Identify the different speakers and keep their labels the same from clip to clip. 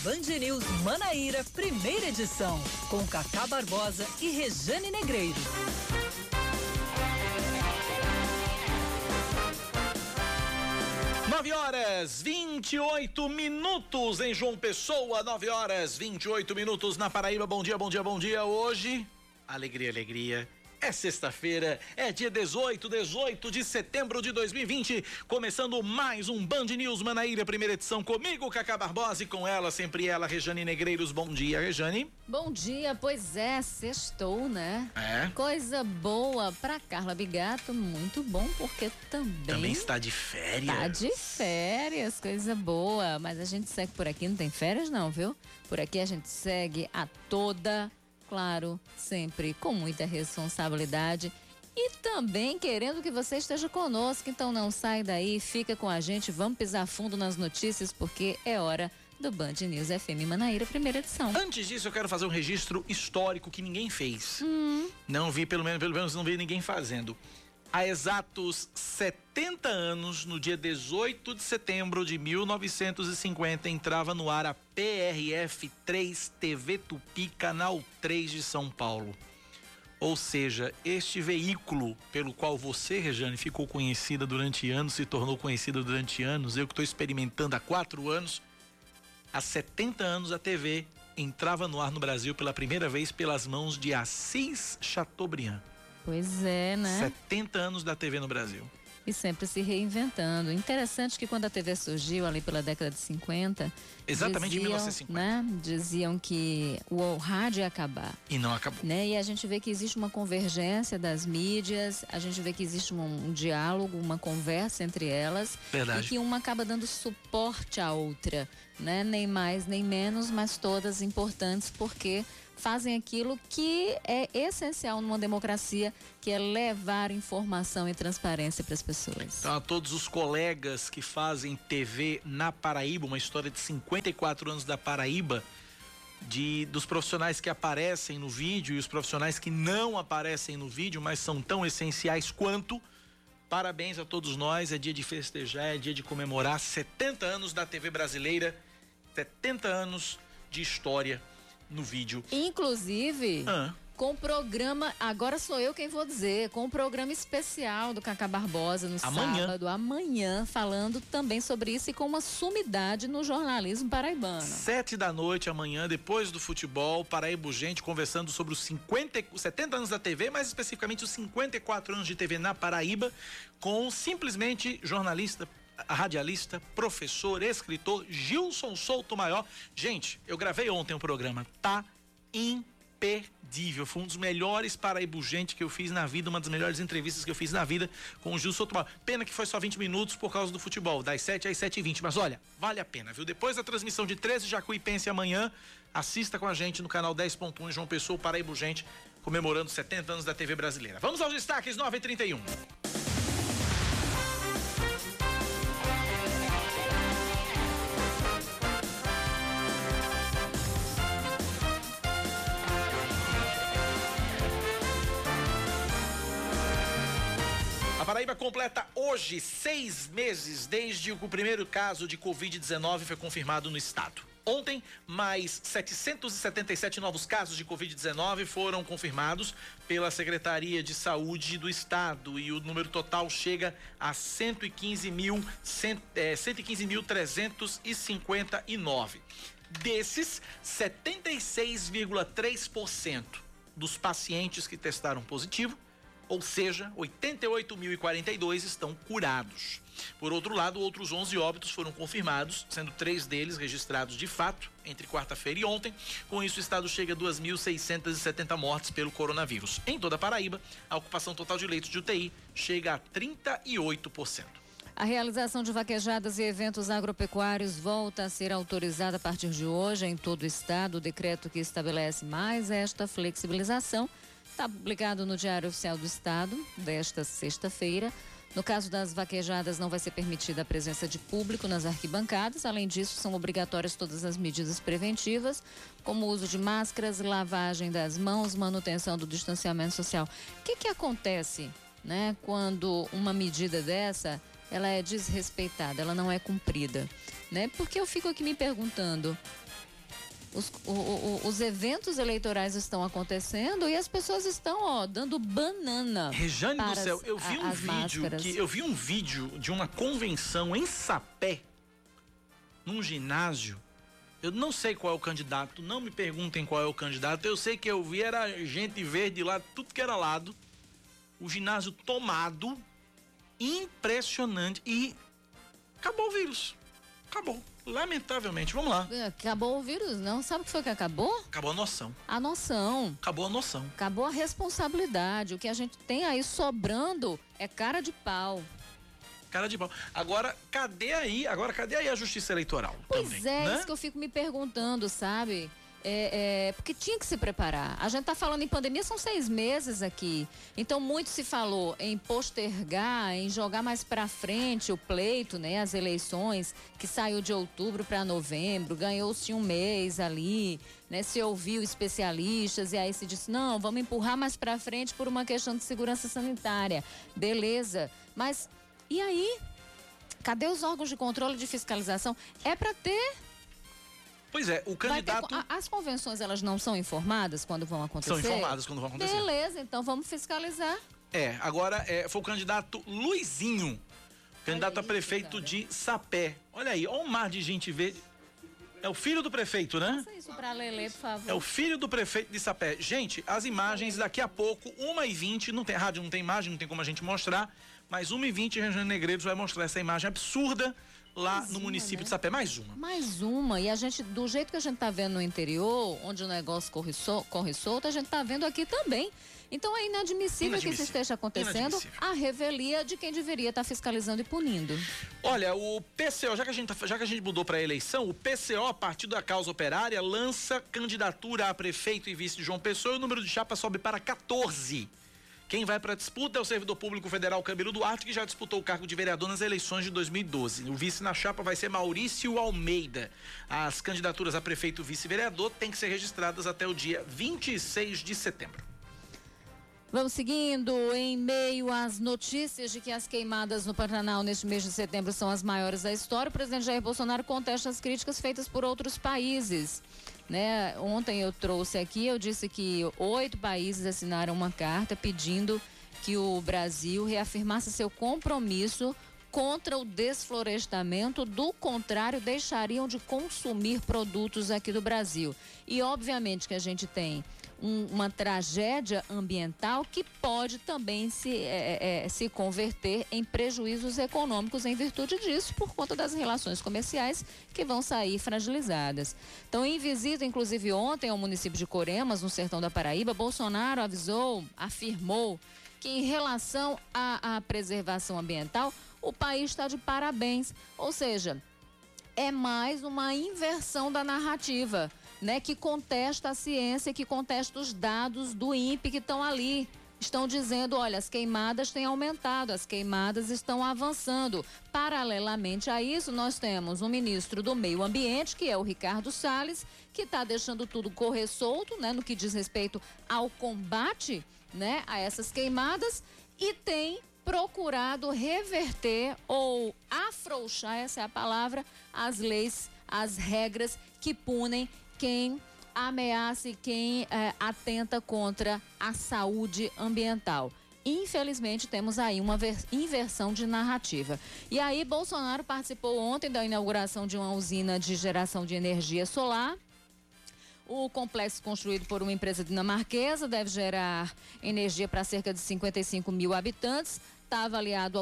Speaker 1: Band News Manaíra, primeira edição, com Cacá Barbosa e Rejane Negreiro.
Speaker 2: 9h28 em João Pessoa, 9h28 na Paraíba. Bom dia, bom dia, bom dia. Hoje, alegria, alegria. É sexta-feira, é dia 18 de setembro de 2020, começando mais um Band News Manaíra, primeira edição, comigo, Cacá Barbosa, e com ela, sempre ela, Rejane Negreiros. Bom dia, Rejane.
Speaker 3: Bom dia, pois é, sextou, né?
Speaker 2: É.
Speaker 3: Coisa boa pra Carla Bigato, muito bom, porque também
Speaker 2: está de férias.
Speaker 3: Tá de férias, coisa boa, mas a gente segue por aqui, não tem férias não, viu? Por aqui a gente segue a toda, claro, sempre com muita responsabilidade e também querendo que você esteja conosco. Então não sai daí, fica com a gente, vamos pisar fundo nas notícias, porque é hora do Band News FM Manaíra, primeira edição.
Speaker 2: Antes disso, eu quero fazer um registro histórico que ninguém fez. Não vi, pelo menos não vi ninguém fazendo. Há exatos 70 anos, no dia 18 de setembro de 1950, entrava no ar a PRF3 TV Tupi, Canal 3 de São Paulo. Ou seja, este veículo pelo qual você, Rejane, ficou conhecida durante anos, se tornou conhecida durante anos, eu que estou experimentando há 4 anos, há 70 anos a TV entrava no ar no Brasil pela primeira vez pelas mãos de Assis Chateaubriand.
Speaker 3: Pois é, né?
Speaker 2: 70 anos da TV no Brasil.
Speaker 3: E sempre se reinventando. Interessante que quando a TV surgiu ali pela década de 50...
Speaker 2: Exatamente,
Speaker 3: diziam,
Speaker 2: em 1950.
Speaker 3: Né, diziam que o rádio ia acabar.
Speaker 2: E não acabou.
Speaker 3: Né? E a gente vê que existe uma convergência das mídias, a gente vê que existe um diálogo, uma conversa entre elas.
Speaker 2: Verdade.
Speaker 3: E que uma acaba dando suporte à outra, né? Nem mais, nem menos, mas todas importantes, porque fazem aquilo que é essencial numa democracia, que é levar informação e transparência para as pessoas.
Speaker 2: Então, a todos os colegas que fazem TV na Paraíba, uma história de 54 anos da Paraíba, dos profissionais que aparecem no vídeo e os profissionais que não aparecem no vídeo, mas são tão essenciais quanto. Parabéns a todos nós, é dia de festejar, é dia de comemorar 70 anos da TV brasileira, 70 anos de história no vídeo.
Speaker 3: Inclusive, com programa, agora sou eu quem vou dizer, com um programa especial do Cacá Barbosa no sábado, amanhã, falando também sobre isso e com uma sumidade no jornalismo paraibano.
Speaker 2: 7 da noite amanhã, depois do futebol, Paraíba Urgente, conversando sobre os 70 anos da TV, mais especificamente os 54 anos de TV na Paraíba, com simplesmente jornalista, radialista, professor, escritor Gilson Souto Maior. Gente, eu gravei ontem um programa, tá imperdível, foi um dos melhores Paraíba Urgente que eu fiz na vida, uma das melhores entrevistas que eu fiz na vida com o Gilson Souto Maior. Pena que foi só 20 minutos por causa do futebol, das 7 às 7h20, mas olha, vale a pena, viu? Depois da transmissão de 13 Jacuipense amanhã, assista com a gente no canal 10.1 em João Pessoa, Paraíba Urgente, comemorando 70 anos da TV brasileira. Vamos aos destaques, 9h31. A Paraíba completa hoje 6 meses desde que o primeiro caso de Covid-19 foi confirmado no estado. Ontem, mais 777 novos casos de Covid-19 foram confirmados pela Secretaria de Saúde do Estado e o número total chega a 115.359. Desses, 76,3% dos pacientes que testaram positivo, ou seja, 88.042 estão curados. Por outro lado, outros 11 óbitos foram confirmados, sendo 3 deles registrados de fato entre quarta-feira e ontem. Com isso, o estado chega a 2.670 mortes pelo coronavírus. Em toda a Paraíba, a ocupação total de leitos de UTI chega a 38%.
Speaker 3: A realização de vaquejadas e eventos agropecuários volta a ser autorizada a partir de hoje em todo o estado. O decreto que estabelece mais esta flexibilização está publicado no Diário Oficial do Estado desta sexta-feira. No caso das vaquejadas, não vai ser permitida a presença de público nas arquibancadas. Além disso, são obrigatórias todas as medidas preventivas, como o uso de máscaras, lavagem das mãos, manutenção do distanciamento social. O que acontece, né, quando uma medida dessa ela é desrespeitada, ela não é cumprida, né? Porque eu fico aqui me perguntando, Os eventos eleitorais estão acontecendo e as pessoas estão, dando banana.
Speaker 2: Rejane do céu, eu vi um vídeo de uma convenção em Sapé, num ginásio. Eu não sei qual é o candidato, não me perguntem qual é o candidato. Eu sei que eu vi, era gente verde lá, tudo que era lado. O ginásio tomado, impressionante, e acabou o vírus. Acabou. Lamentavelmente, vamos lá.
Speaker 3: Acabou o vírus, não? Sabe o que foi que acabou?
Speaker 2: Acabou a noção.
Speaker 3: A noção.
Speaker 2: Acabou a noção.
Speaker 3: Acabou a responsabilidade. O que a gente tem aí sobrando é cara de pau.
Speaker 2: Cara de pau. Agora, cadê aí a justiça eleitoral?
Speaker 3: Pois
Speaker 2: também,
Speaker 3: é,
Speaker 2: né?
Speaker 3: isso que eu fico me perguntando, sabe? Porque tinha que se preparar. A gente tá falando em pandemia, são 6 meses aqui. Então, muito se falou em postergar, em jogar mais pra frente o pleito, né? As eleições, que saiu de outubro para novembro, ganhou-se um mês ali, né? Se ouviu especialistas e aí se disse, não, vamos empurrar mais pra frente por uma questão de segurança sanitária. Beleza. Mas, e aí? Cadê os órgãos de controle e de fiscalização? É pra ter...
Speaker 2: Pois é, o candidato...
Speaker 3: As convenções, elas não são informadas quando vão acontecer?
Speaker 2: São informadas quando vão acontecer.
Speaker 3: Beleza, então vamos fiscalizar.
Speaker 2: Agora foi o candidato Luizinho, candidato a prefeito de Sapé. Olha aí, olha um mar de gente verde. É o filho do prefeito, né?
Speaker 3: Faça isso pra Lelê, por favor.
Speaker 2: É o filho do prefeito de Sapé. Gente, as imagens daqui a pouco, 1h20, não tem rádio, não tem imagem, não tem como a gente mostrar, mas 1h20 Rejane Negreiros vai mostrar essa imagem absurda lá no município de Sapé. Mais uma.
Speaker 3: E a gente, do jeito que a gente tá vendo no interior, onde o negócio corre solto, a gente tá vendo aqui também. Então é inadmissível que isso esteja acontecendo, a revelia de quem deveria estar fiscalizando e punindo.
Speaker 2: Olha, o PCO, já que a gente mudou para a eleição, o PCO, Partido da Causa Operária, lança candidatura a prefeito e vice de João Pessoa e o número de chapa sobe para 14. Quem vai para a disputa é o servidor público federal Camilo Duarte, que já disputou o cargo de vereador nas eleições de 2012. O vice na chapa vai ser Maurício Almeida. As candidaturas a prefeito e vice-vereador têm que ser registradas até o dia 26 de setembro.
Speaker 3: Vamos seguindo, em meio às notícias de que as queimadas no Pantanal neste mês de setembro são as maiores da história, o presidente Jair Bolsonaro contesta as críticas feitas por outros países. Né? Ontem eu trouxe aqui, eu disse que 8 países assinaram uma carta pedindo que o Brasil reafirmasse seu compromisso contra o desflorestamento, do contrário, deixariam de consumir produtos aqui do Brasil. E obviamente que a gente tem uma tragédia ambiental que pode também se converter em prejuízos econômicos em virtude disso, por conta das relações comerciais que vão sair fragilizadas. Então, em visita, inclusive ontem, ao município de Coremas, no sertão da Paraíba, Bolsonaro afirmou que em relação à preservação ambiental, o país está de parabéns. Ou seja, é mais uma inversão da narrativa, né, que contesta a ciência, que contesta os dados do INPE que estão ali. Estão dizendo, olha, as queimadas têm aumentado, as queimadas estão avançando. Paralelamente a isso, nós temos o ministro do Meio Ambiente, que é o Ricardo Salles, que está deixando tudo correr solto, né, no que diz respeito ao combate, né, a essas queimadas, e tem procurado reverter ou afrouxar, essa é a palavra, as leis, as regras que punem quem ameaça e quem atenta contra a saúde ambiental. Infelizmente, temos aí uma inversão de narrativa. E aí, Bolsonaro participou ontem da inauguração de uma usina de geração de energia solar. O complexo, construído por uma empresa dinamarquesa, deve gerar energia para cerca de 55 mil habitantes. Está avaliado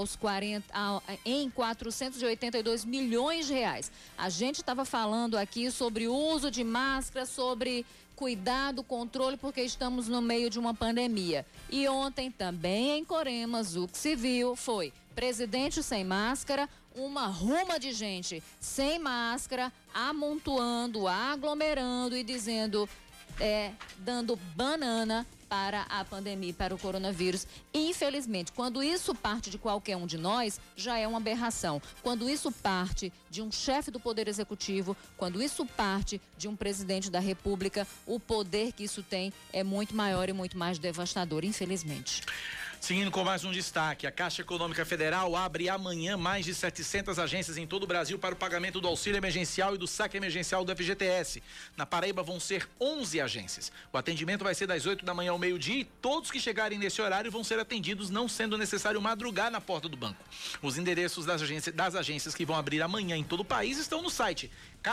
Speaker 3: em 482 milhões de reais. A gente estava falando aqui sobre o uso de máscara, sobre cuidado, controle, porque estamos no meio de uma pandemia. E ontem também em Coremas, o que se viu foi presidente sem máscara, uma ruma de gente sem máscara, amontoando, aglomerando e dizendo, dando banana para a pandemia, para o coronavírus. Infelizmente, quando isso parte de qualquer um de nós, já é uma aberração. Quando isso parte de um chefe do Poder Executivo, quando isso parte de um presidente da República, o poder que isso tem é muito maior e muito mais devastador, infelizmente.
Speaker 2: Seguindo com mais um destaque, a Caixa Econômica Federal abre amanhã mais de 700 agências em todo o Brasil para o pagamento do auxílio emergencial e do saque emergencial do FGTS. Na Paraíba vão ser 11 agências. O atendimento vai ser das 8 da manhã ao meio-dia e todos que chegarem nesse horário vão ser atendidos, não sendo necessário madrugar na porta do banco. Os endereços das agências que vão abrir amanhã em todo o país estão no site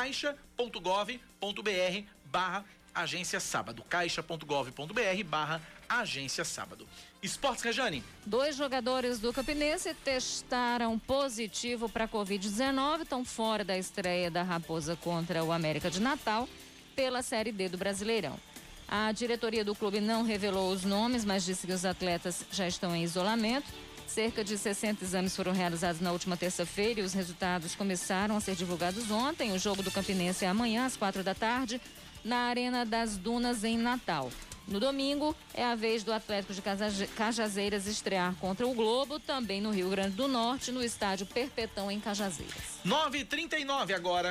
Speaker 2: caixa.gov.br/agência sábado. caixa.gov.br/agência sábado. Esportes, Rejane.
Speaker 3: 2 jogadores do Campinense testaram positivo para Covid-19, estão fora da estreia da Raposa contra o América de Natal pela Série D do Brasileirão. A diretoria do clube não revelou os nomes, mas disse que os atletas já estão em isolamento. Cerca de 60 exames foram realizados na última terça-feira e os resultados começaram a ser divulgados ontem. O jogo do Campinense é amanhã às 4h, na Arena das Dunas, em Natal. No domingo, é a vez do Atlético de Cajazeiras estrear contra o Globo, também no Rio Grande do Norte, no estádio Perpetão, em Cajazeiras.
Speaker 2: 9h39 agora.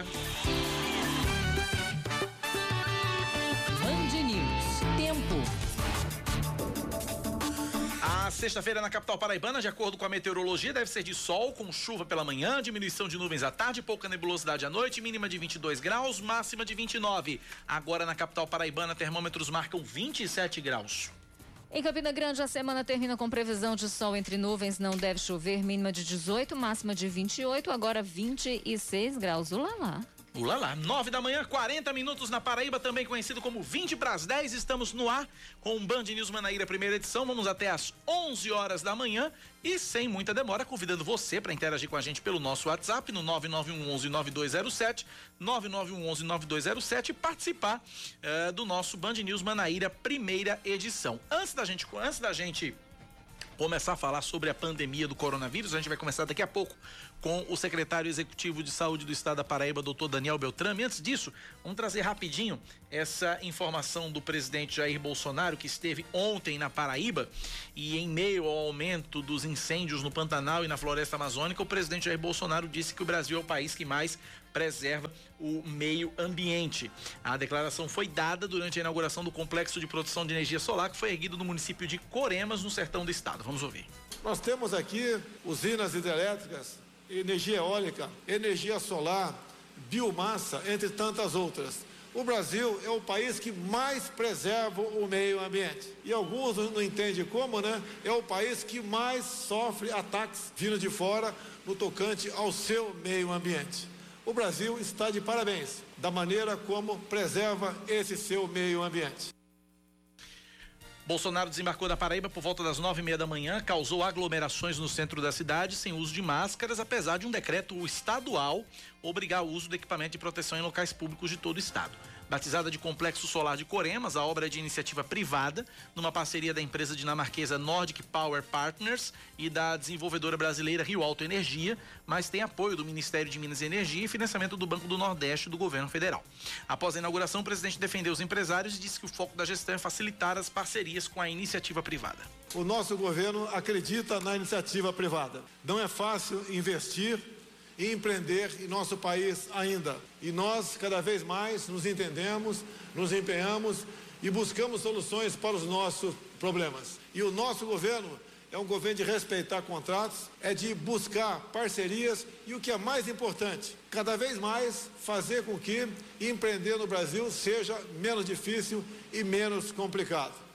Speaker 1: Band News. Tempo.
Speaker 2: A sexta-feira na capital paraibana, de acordo com a meteorologia, deve ser de sol, com chuva pela manhã, diminuição de nuvens à tarde, pouca nebulosidade à noite, mínima de 22 graus, máxima de 29. Agora na capital paraibana, termômetros marcam 27 graus.
Speaker 3: Em Campina Grande, a semana termina com previsão de sol entre nuvens, não deve chover, mínima de 18, máxima de 28, agora 26 graus. Ulalá.
Speaker 2: Ulala, 9 da manhã, 40 minutos na Paraíba, também conhecido como 20 para as 10. Estamos no ar com o Band News Manaíra, primeira edição. Vamos até às 11 horas da manhã e sem muita demora, convidando você para interagir com a gente pelo nosso WhatsApp no 99111-9207, 99111-9207 e participar do nosso Band News Manaíra, primeira edição. Antes da gente começar a falar sobre a pandemia do coronavírus, a gente vai começar daqui a pouco com o secretário executivo de saúde do estado da Paraíba, doutor Daniel Beltrame. Antes disso, vamos trazer rapidinho essa informação do presidente Jair Bolsonaro, que esteve ontem na Paraíba, e em meio ao aumento dos incêndios no Pantanal e na Floresta Amazônica, o presidente Jair Bolsonaro disse que o Brasil é o país que mais preserva o meio ambiente. A declaração foi dada durante a inauguração do complexo de produção de energia solar, que foi erguido no município de Coremas, no sertão do estado. Vamos ouvir.
Speaker 4: Nós temos aqui usinas hidrelétricas, energia eólica, energia solar, biomassa, entre tantas outras. O Brasil é o país que mais preserva o meio ambiente. E alguns não entendem como, né? É o país que mais sofre ataques vindo de fora no tocante ao seu meio ambiente. O Brasil está de parabéns da maneira como preserva esse seu meio ambiente.
Speaker 2: Bolsonaro desembarcou na Paraíba por volta das 9h30 da manhã, causou aglomerações no centro da cidade sem uso de máscaras, apesar de um decreto estadual obrigar o uso do equipamento de proteção em locais públicos de todo o estado. Batizada de Complexo Solar de Coremas, a obra é de iniciativa privada, numa parceria da empresa dinamarquesa Nordic Power Partners e da desenvolvedora brasileira Rio Alto Energia, mas tem apoio do Ministério de Minas e Energia e financiamento do Banco do Nordeste do governo federal. Após a inauguração, o presidente defendeu os empresários e disse que o foco da gestão é facilitar as parcerias com a iniciativa privada.
Speaker 4: O nosso governo acredita na iniciativa privada. Não é fácil investir e empreender em nosso país ainda. E nós, cada vez mais, nos entendemos, nos empenhamos e buscamos soluções para os nossos problemas. E o nosso governo é um governo de respeitar contratos, é de buscar parcerias e, o que é mais importante, cada vez mais fazer com que empreender no Brasil seja menos difícil e menos complicado.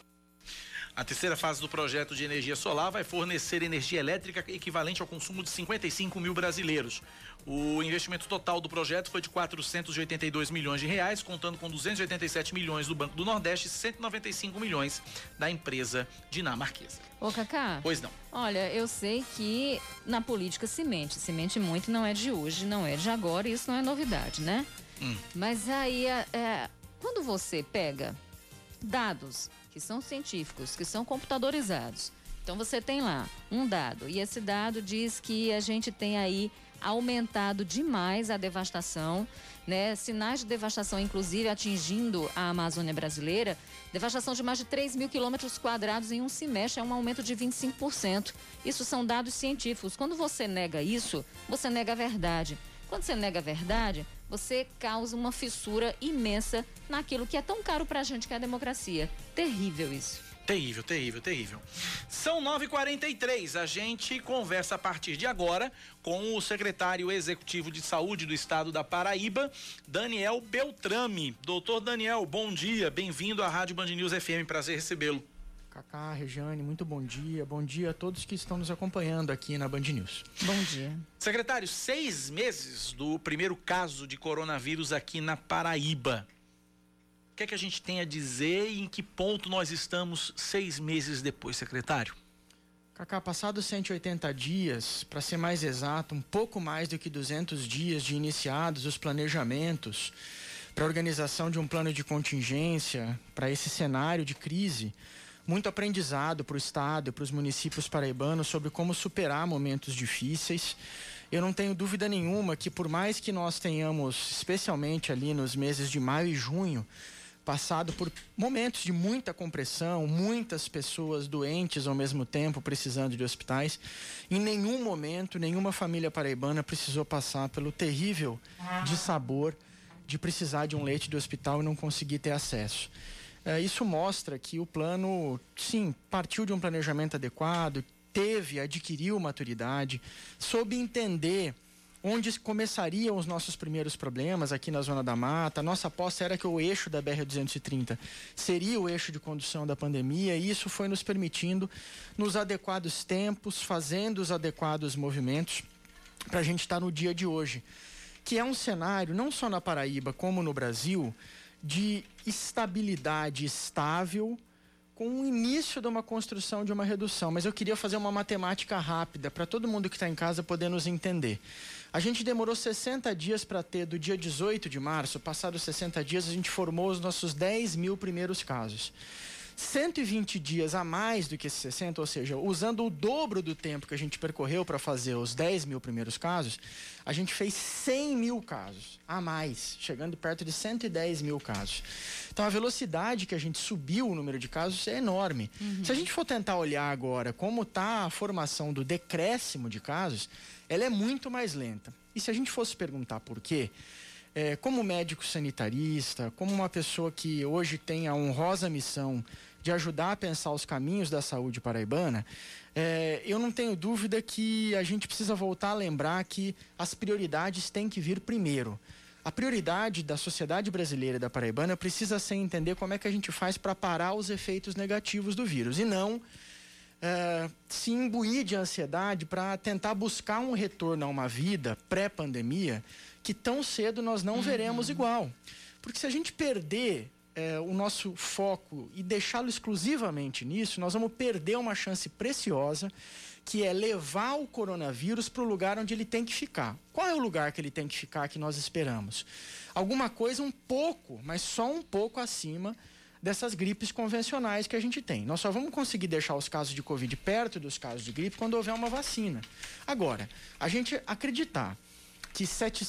Speaker 2: A terceira fase do projeto de energia solar vai fornecer energia elétrica equivalente ao consumo de 55 mil brasileiros. O investimento total do projeto foi de 482 milhões de reais, contando com 287 milhões do Banco do Nordeste e 195 milhões da empresa dinamarquesa.
Speaker 3: Ô, Cacá.
Speaker 2: Pois não.
Speaker 3: Olha, eu sei que na política se mente muito, não é de hoje, não é de agora, isso não é novidade, né? Mas aí, quando você pega dados que são científicos, que são computadorizados. Então você tem lá um dado e esse dado diz que a gente tem aí aumentado demais a devastação, né? Sinais de devastação, inclusive, atingindo a Amazônia brasileira. Devastação de mais de 3 mil quilômetros quadrados em um semestre, é um aumento de 25%. Isso são dados científicos. Quando você nega isso, você nega a verdade. Quando você nega a verdade, você causa uma fissura imensa naquilo que é tão caro pra gente, que é a democracia. Terrível isso.
Speaker 2: Terrível, terrível, terrível. São 9h43. A gente conversa a partir de agora com o secretário executivo de saúde do estado da Paraíba, Daniel Beltrame. Doutor Daniel, bom dia, bem-vindo à Rádio Band News FM, prazer recebê-lo.
Speaker 5: Cacá, Regiane, muito bom dia a todos que estão nos acompanhando aqui na Band News.
Speaker 3: Bom dia.
Speaker 2: Secretário, 6 meses do primeiro caso de coronavírus aqui na Paraíba. O que é que a gente tem a dizer e em que ponto nós estamos 6 meses depois, secretário?
Speaker 5: Cacá, passados 180 dias, para ser mais exato, um pouco mais do que 200 dias de iniciados os planejamentos para a organização de um plano de contingência para esse cenário de crise, muito aprendizado para o estado e para os municípios paraibanos sobre como superar momentos difíceis. Eu não tenho dúvida nenhuma que, por mais que nós tenhamos, especialmente ali nos meses de maio e junho, passado por momentos de muita compressão, muitas pessoas doentes ao mesmo tempo, precisando de hospitais, em nenhum momento, nenhuma família paraibana precisou passar pelo terrível dissabor de precisar de um leite de hospital e não conseguir ter acesso. Isso mostra que o plano, sim, partiu de um planejamento adequado, adquiriu maturidade, soube entender onde começariam os nossos primeiros problemas aqui na Zona da Mata. A nossa aposta era que o eixo da BR-230 seria o eixo de condução da pandemia, e isso foi nos permitindo, nos adequados tempos, fazendo os adequados movimentos para a gente estar no dia de hoje, que é um cenário, não só na Paraíba como no Brasil, de estabilidade estável, com o início de uma construção de uma redução. Mas eu queria fazer uma matemática rápida para todo mundo que está em casa poder nos entender. A gente demorou 60 dias para ter, do dia 18 de março, passados 60 dias, a gente formou os nossos 10 mil primeiros casos. 120 dias a mais do que esses 60, ou seja, usando o dobro do tempo que a gente percorreu para fazer os 10 mil primeiros casos, a gente fez 100 mil casos a mais, chegando perto de 110 mil casos. Então, a velocidade que a gente subiu o número de casos é enorme. Se a gente for tentar olhar agora como está a formação do decréscimo de casos, ela é muito mais lenta. E se a gente fosse perguntar por quê, como médico sanitarista, como uma pessoa que hoje tem a honrosa missão de ajudar a pensar os caminhos da saúde paraibana, eu não tenho dúvida que a gente precisa voltar a lembrar que as prioridades têm que vir primeiro. A prioridade da sociedade brasileira e da paraibana precisa ser entender como é que a gente faz para parar os efeitos negativos do vírus e não se imbuir de ansiedade para tentar buscar um retorno a uma vida pré-pandemia que tão cedo nós não veremos igual. Porque se a gente perder o nosso foco e deixá-lo exclusivamente nisso, nós vamos perder uma chance preciosa, que é levar o coronavírus para o lugar onde ele tem que ficar. Qual é o lugar que ele tem que ficar que nós esperamos? Alguma coisa um pouco, mas só um pouco acima dessas gripes convencionais que a gente tem. Nós só vamos conseguir deixar os casos de Covid perto dos casos de gripe quando houver uma vacina. Agora, a gente acreditar que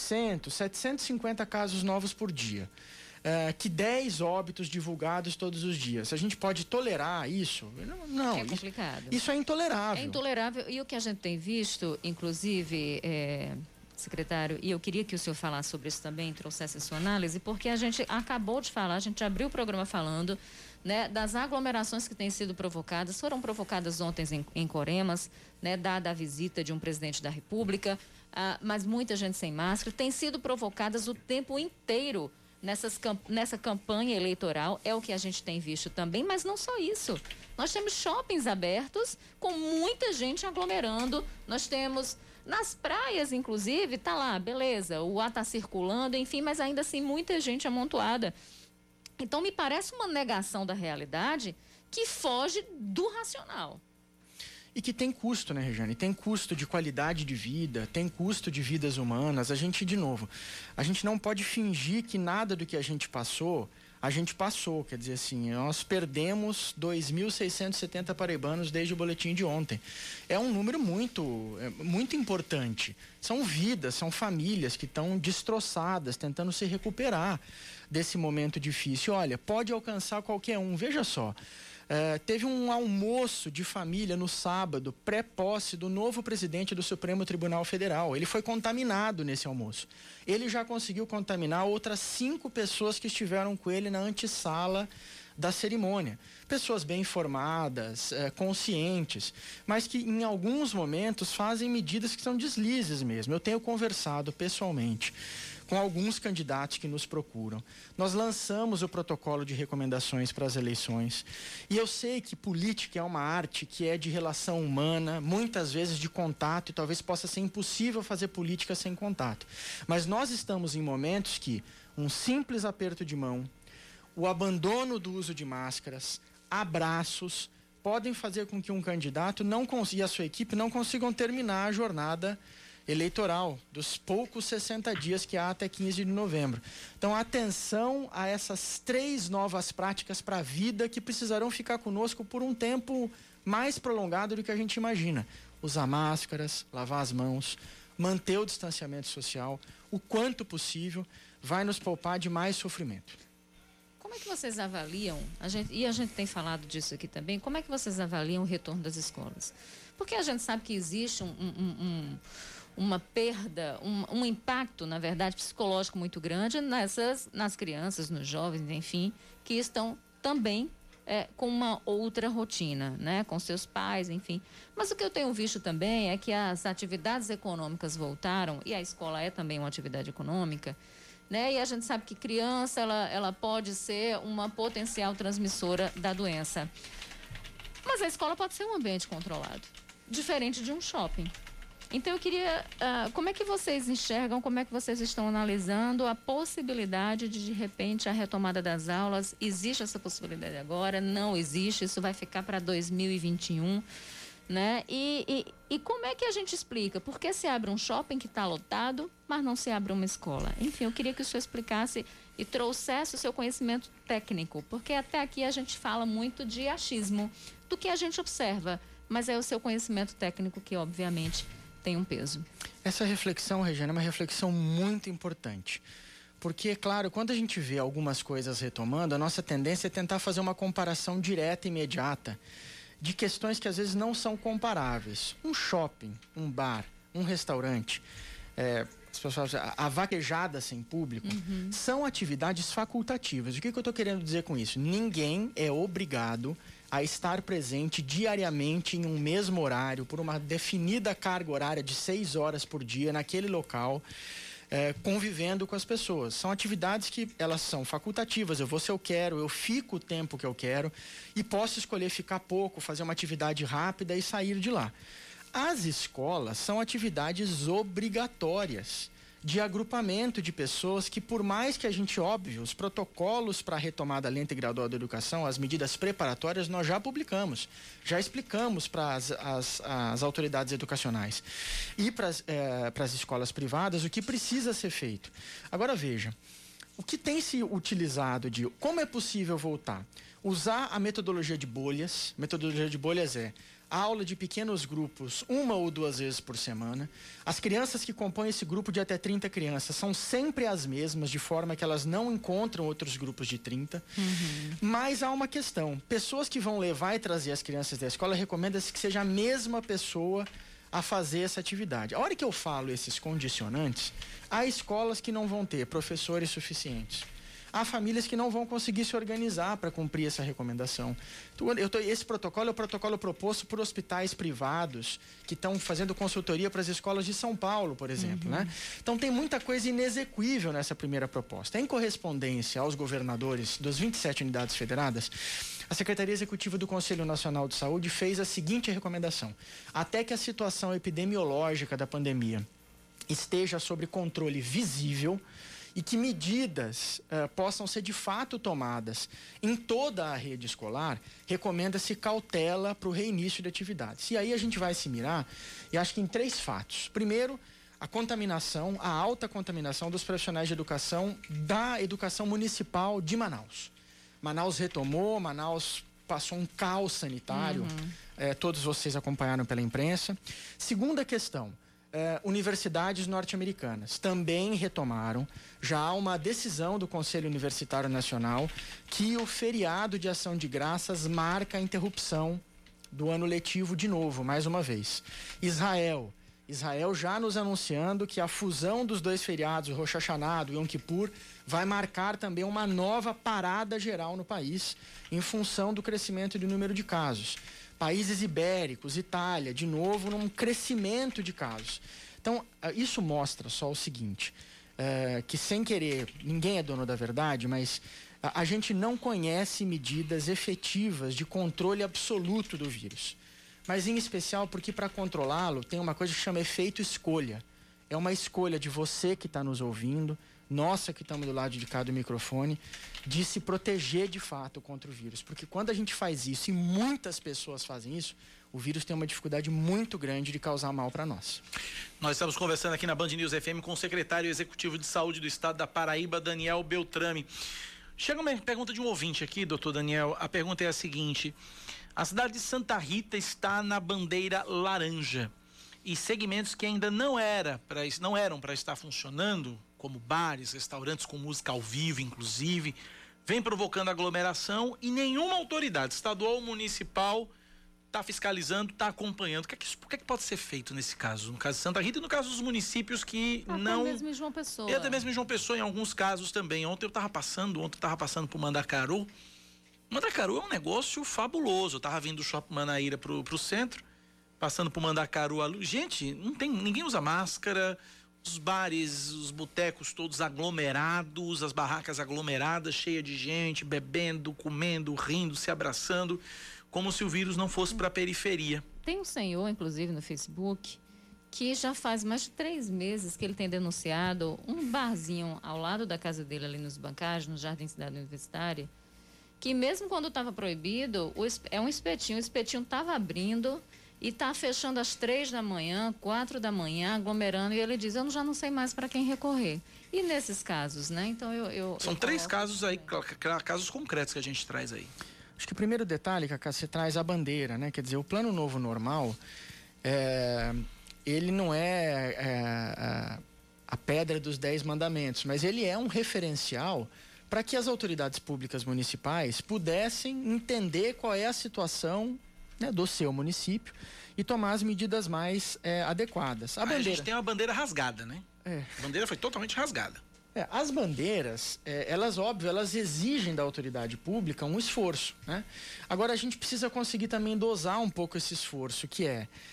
Speaker 5: 750 casos novos por dia, que 10 óbitos divulgados todos os dias, a gente pode tolerar isso? Não.
Speaker 3: É complicado.
Speaker 5: Isso é intolerável.
Speaker 3: É intolerável. E o que a gente tem visto, inclusive, secretário, e eu queria que o senhor falasse sobre isso também, trouxesse a sua análise, porque a gente acabou de falar, a gente abriu o programa falando, né, das aglomerações que têm sido provocadas, foram provocadas ontem em Coremas, né, dada a visita de um presidente da República, mas muita gente sem máscara, têm sido provocadas o tempo inteiro nessa campanha eleitoral, é o que a gente tem visto também, mas não só isso. Nós temos shoppings abertos com muita gente aglomerando, nós temos nas praias, inclusive, tá lá, beleza, o ar tá circulando, enfim, mas ainda assim muita gente amontoada. Então me parece uma negação da realidade que foge do racional.
Speaker 5: E que tem custo, né, Regiane? Tem custo de qualidade de vida, tem custo de vidas humanas. A gente não pode fingir que nada do que a gente passou, quer dizer assim, nós perdemos 2.670 paraibanos desde o boletim de ontem. É um número muito importante. São vidas, são famílias que estão destroçadas, tentando se recuperar desse momento difícil. Olha, pode alcançar qualquer um, veja só. Teve um almoço de família no sábado, pré-posse do novo presidente do Supremo Tribunal Federal. Ele foi contaminado nesse almoço. Ele já conseguiu contaminar outras 5 pessoas que estiveram com ele na antessala da cerimônia. Pessoas bem informadas, conscientes, mas que em alguns momentos fazem medidas que são deslizes mesmo. Eu tenho conversado pessoalmente com alguns candidatos que nos procuram. Nós lançamos o protocolo de recomendações para as eleições. E eu sei que política é uma arte que é de relação humana, muitas vezes de contato, e talvez possa ser impossível fazer política sem contato. Mas nós estamos em momentos que um simples aperto de mão, o abandono do uso de máscaras, abraços, podem fazer com que um candidato e a sua equipe não consigam terminar a jornada eleitoral dos poucos 60 dias que há até 15 de novembro. Então, atenção a essas 3 novas práticas para a vida que precisarão ficar conosco por um tempo mais prolongado do que a gente imagina. Usar máscaras, lavar as mãos, manter o distanciamento social, o quanto possível, vai nos poupar de mais sofrimento.
Speaker 3: Como é que vocês avaliam, a gente tem falado disso aqui também, como é que vocês avaliam o retorno das escolas? Porque a gente sabe que existe uma perda, um impacto, na verdade, psicológico muito grande nas crianças, nos jovens, enfim, que estão também com uma outra rotina, né? Com seus pais, enfim. Mas o que eu tenho visto também é que as atividades econômicas voltaram, e a escola é também uma atividade econômica, né? E a gente sabe que criança, ela pode ser uma potencial transmissora da doença. Mas a escola pode ser um ambiente controlado, diferente de um shopping. Então, eu queria... como é que vocês enxergam, como é que vocês estão analisando a possibilidade de repente, a retomada das aulas? Existe essa possibilidade agora? Não existe? Isso vai ficar para 2021, né? E como é que a gente explica? Por que se abre um shopping que está lotado, mas não se abre uma escola? Enfim, eu queria que o senhor explicasse e trouxesse o seu conhecimento técnico, porque até aqui a gente fala muito de achismo, do que a gente observa, mas é o seu conhecimento técnico que, obviamente, tem um peso. Essa reflexão, Regiane, é uma reflexão muito importante. Porque, claro, quando a gente vê algumas coisas retomando, a nossa tendência é tentar fazer uma comparação direta e imediata de questões que às vezes não são comparáveis. Um shopping, um bar, um restaurante, as pessoas falam, a vaquejada sem público, são atividades facultativas. O que eu estou querendo dizer com isso? Ninguém é obrigado a estar presente diariamente em um mesmo horário, por uma definida carga horária de 6 horas por dia naquele local, convivendo com as pessoas. São atividades que elas são facultativas. Eu vou se eu quero, eu fico o tempo que eu quero e posso escolher ficar pouco, fazer uma atividade rápida e sair de lá. As escolas são atividades obrigatórias de agrupamento de pessoas que, por mais que a gente, óbvio, os protocolos para a retomada lenta e gradual da educação, as medidas preparatórias, nós já publicamos, já explicamos para as autoridades educacionais e para as escolas privadas o que precisa ser feito. Agora, veja, o que tem se utilizado de como é possível voltar? Usar a metodologia de bolhas. Metodologia de bolhas é aula de pequenos grupos 1 ou 2 vezes por semana. As crianças que compõem esse grupo de até 30 crianças são sempre as mesmas, de forma que elas não encontram outros grupos de 30. Mas há uma questão. Pessoas que vão levar e trazer as crianças da escola, recomenda-se que seja a mesma pessoa a fazer essa atividade. A hora que eu falo esses condicionantes, há escolas que não vão ter professores suficientes. Há famílias que não vão conseguir se organizar para cumprir essa recomendação. Esse protocolo é o protocolo proposto por hospitais privados que estão fazendo consultoria para as escolas de São Paulo, por exemplo, né? Então tem muita coisa inexequível nessa primeira proposta. Em correspondência aos governadores das 27 unidades federadas, a Secretaria Executiva do Conselho Nacional de Saúde fez a seguinte recomendação: até que a situação epidemiológica da pandemia esteja sob controle visível, e que medidas possam ser de fato tomadas em toda a rede escolar, recomenda-se cautela para o reinício de atividades. E aí a gente vai se mirar, e acho que em 3 fatos. Primeiro, a contaminação, a alta contaminação dos profissionais de educação da educação municipal de Manaus. Manaus retomou, Manaus passou um caos sanitário, todos vocês acompanharam pela imprensa. Segunda questão, universidades norte-americanas também retomaram. Já há uma decisão do Conselho Universitário Nacional que o feriado de Ação de Graças marca a interrupção do ano letivo de novo, mais uma vez. Israel,
Speaker 5: Israel já nos anunciando que a fusão dos dois feriados, o Rosh Hashanah e o Yom Kippur, vai marcar também uma nova parada geral no país, em função do crescimento do número de casos. Países ibéricos, Itália, de novo, num crescimento de casos. Então, isso mostra só o seguinte, que sem querer, ninguém é dono da verdade, mas a gente não conhece medidas efetivas de controle absoluto do vírus. Mas em especial porque para controlá-lo tem uma coisa que chama efeito escolha. É uma escolha de você que está nos ouvindo, nossa que estamos do lado de cá do microfone, de se proteger de fato contra o vírus. Porque quando a gente faz isso, e muitas pessoas fazem isso, o vírus tem uma dificuldade muito grande de causar mal para nós.
Speaker 2: Nós estamos conversando aqui na Band News FM com o secretário executivo de saúde do estado da Paraíba, Daniel Beltrame. Chega uma pergunta de um ouvinte aqui, doutor Daniel. A pergunta é a seguinte: a cidade de Santa Rita está na bandeira laranja e segmentos que ainda não eram para estar funcionando, como bares, restaurantes com música ao vivo, inclusive, vem provocando aglomeração e nenhuma autoridade estadual ou municipal está fiscalizando, está acompanhando. O que é que pode ser feito nesse caso? No caso de Santa Rita e no caso dos municípios que não...
Speaker 3: Até mesmo em João Pessoa.
Speaker 2: E até mesmo em João Pessoa, em alguns casos também. Ontem eu estava passando por Mandacaru. Mandacaru é um negócio fabuloso. Eu estava vindo do Shopping Manaíra pro centro, passando por Mandacaru. Gente, ninguém usa máscara, os bares, os botecos todos aglomerados, as barracas aglomeradas, cheia de gente, bebendo, comendo, rindo, se abraçando, como se o vírus não fosse para a periferia.
Speaker 3: Tem um senhor, inclusive, no Facebook, que já faz mais de 3 meses que ele tem denunciado um barzinho ao lado da casa dele, ali nos Bancários, no Jardim Cidade Universitária, que mesmo quando estava proibido, é um espetinho, o espetinho estava abrindo e está fechando às 3 da manhã, 4 da manhã, aglomerando, e ele diz, eu já não sei mais para quem recorrer. E nesses casos, né? Então
Speaker 2: São 3 casos aí, casos concretos que a gente traz aí.
Speaker 5: Acho que o primeiro detalhe, Cacá, você traz a bandeira, né? Quer dizer, o Plano Novo Normal, ele não é a pedra dos 10 mandamentos, mas ele é um referencial para que as autoridades públicas municipais pudessem entender qual é a situação, né, do seu município e tomar as medidas mais adequadas.
Speaker 2: A gente tem uma bandeira rasgada, né? A bandeira foi totalmente rasgada.
Speaker 5: As bandeiras, elas exigem da autoridade pública um esforço, né? Agora a gente precisa conseguir também dosar um pouco esse esforço, que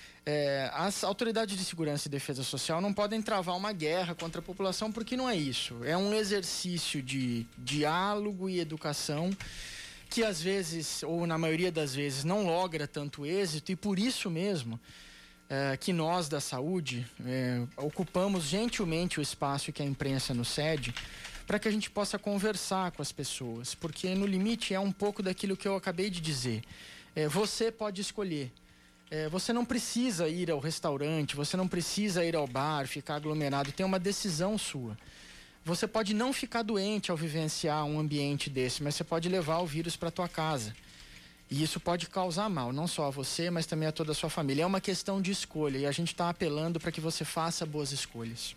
Speaker 5: as autoridades de segurança e defesa social não podem travar uma guerra contra a população, porque não é isso. É um exercício de diálogo e educação que às vezes, ou na maioria das vezes, não logra tanto êxito, e por isso mesmo que nós da saúde ocupamos gentilmente o espaço que a imprensa nos cede para que a gente possa conversar com as pessoas, porque no limite é um pouco daquilo que eu acabei de dizer. Você pode escolher. Você não precisa ir ao restaurante, você não precisa ir ao bar, ficar aglomerado, tem uma decisão sua. Você pode não ficar doente ao vivenciar um ambiente desse, mas você pode levar o vírus para a tua casa. E isso pode causar mal, não só a você, mas também a toda a sua família. É uma questão de escolha e a gente está apelando para que você faça boas escolhas.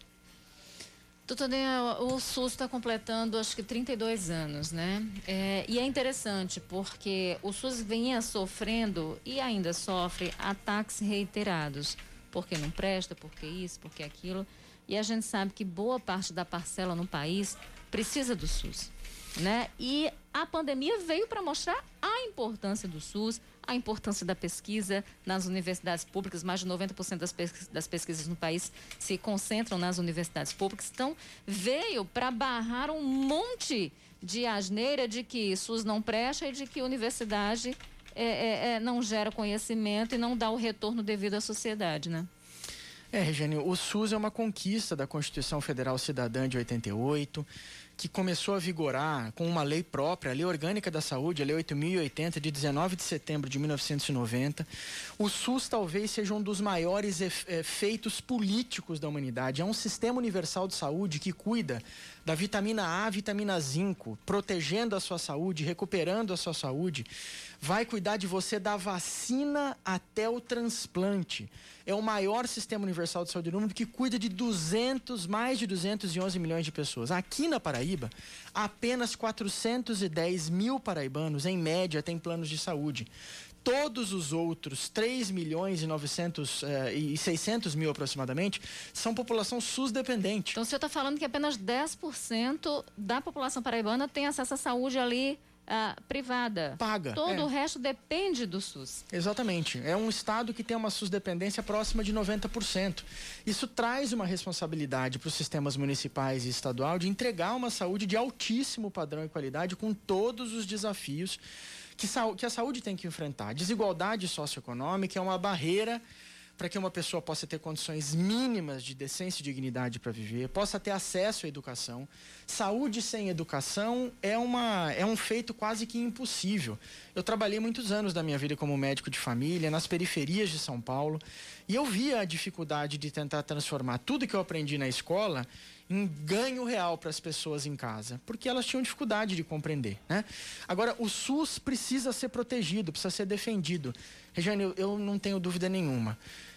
Speaker 3: Doutor Daniel, o SUS está completando acho que 32 anos, né? E é interessante porque o SUS vinha sofrendo e ainda sofre ataques reiterados. Porque não presta, porque isso, porque aquilo. E a gente sabe que boa parte da parcela no país precisa do SUS, né? E a pandemia veio para mostrar a importância do SUS, a importância da pesquisa nas universidades públicas. Mais de 90% das pesquisas no país se concentram nas universidades públicas. Então, veio para barrar um monte de asneira de que SUS não presta e de que universidade não gera conhecimento e não dá o retorno devido à sociedade, né?
Speaker 5: Regiane, o SUS é uma conquista da Constituição Federal Cidadã de 88, que começou a vigorar com uma lei própria, a Lei Orgânica da Saúde, a Lei 8.080, de 19 de setembro de 1990. O SUS talvez seja um dos maiores feitos políticos da humanidade. É um sistema universal de saúde que cuida da vitamina A, vitamina zinco, protegendo a sua saúde, recuperando a sua saúde. Vai cuidar de você da vacina até o transplante. É o maior sistema universal de saúde do mundo que cuida de mais de 211 milhões de pessoas. Aqui na Paraíba, apenas 410 mil paraibanos, em média, têm planos de saúde. todos os outros 3.900.600.000 aproximadamente são população SUS dependente.
Speaker 3: Então o senhor está falando que apenas 10% da população paraibana tem acesso à saúde ali privada.
Speaker 5: Paga.
Speaker 3: Todo o resto depende do SUS.
Speaker 5: Exatamente. É um estado que tem uma SUS dependência próxima de 90%. Isso traz uma responsabilidade para os sistemas municipais e estadual de entregar uma saúde de altíssimo padrão e qualidade com todos os desafios que a saúde tem que enfrentar. A desigualdade socioeconômica é uma barreira para que uma pessoa possa ter condições mínimas de decência e dignidade para viver, possa ter acesso à educação. Saúde sem educação é um feito quase que impossível. Eu trabalhei muitos anos da minha vida como médico de família, nas periferias de São Paulo, e eu via a dificuldade de tentar transformar tudo que eu aprendi na escola em ganho real para as pessoas em casa, porque elas tinham dificuldade de compreender, né? Agora, o SUS precisa ser protegido, precisa ser defendido. Regiane, eu não tenho dúvida nenhuma.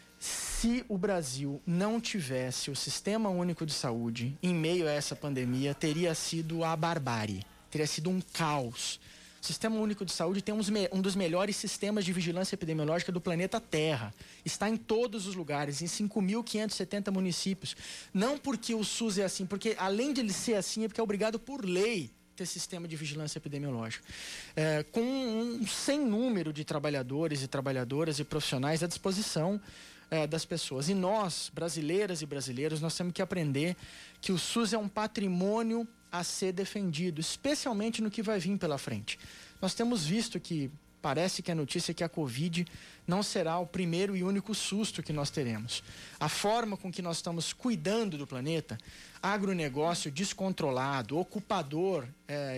Speaker 5: Se o Brasil não tivesse o Sistema Único de Saúde em meio a essa pandemia, teria sido a barbárie, teria sido um caos. O Sistema Único de Saúde tem um dos melhores sistemas de vigilância epidemiológica do planeta Terra. Está em todos os lugares, em 5.570 municípios. Não porque o SUS é assim, porque além de ele ser assim, é porque é obrigado por lei ter sistema de vigilância epidemiológica. Com um sem número de trabalhadores e trabalhadoras e profissionais à disposição das pessoas. E nós, brasileiras e brasileiros, nós temos que aprender que o SUS é um patrimônio a ser defendido, especialmente no que vai vir pela frente. Nós temos visto que parece que a notícia é que a Covid não será o primeiro e único susto que nós teremos. A forma com que nós estamos cuidando do planeta, agronegócio descontrolado, ocupador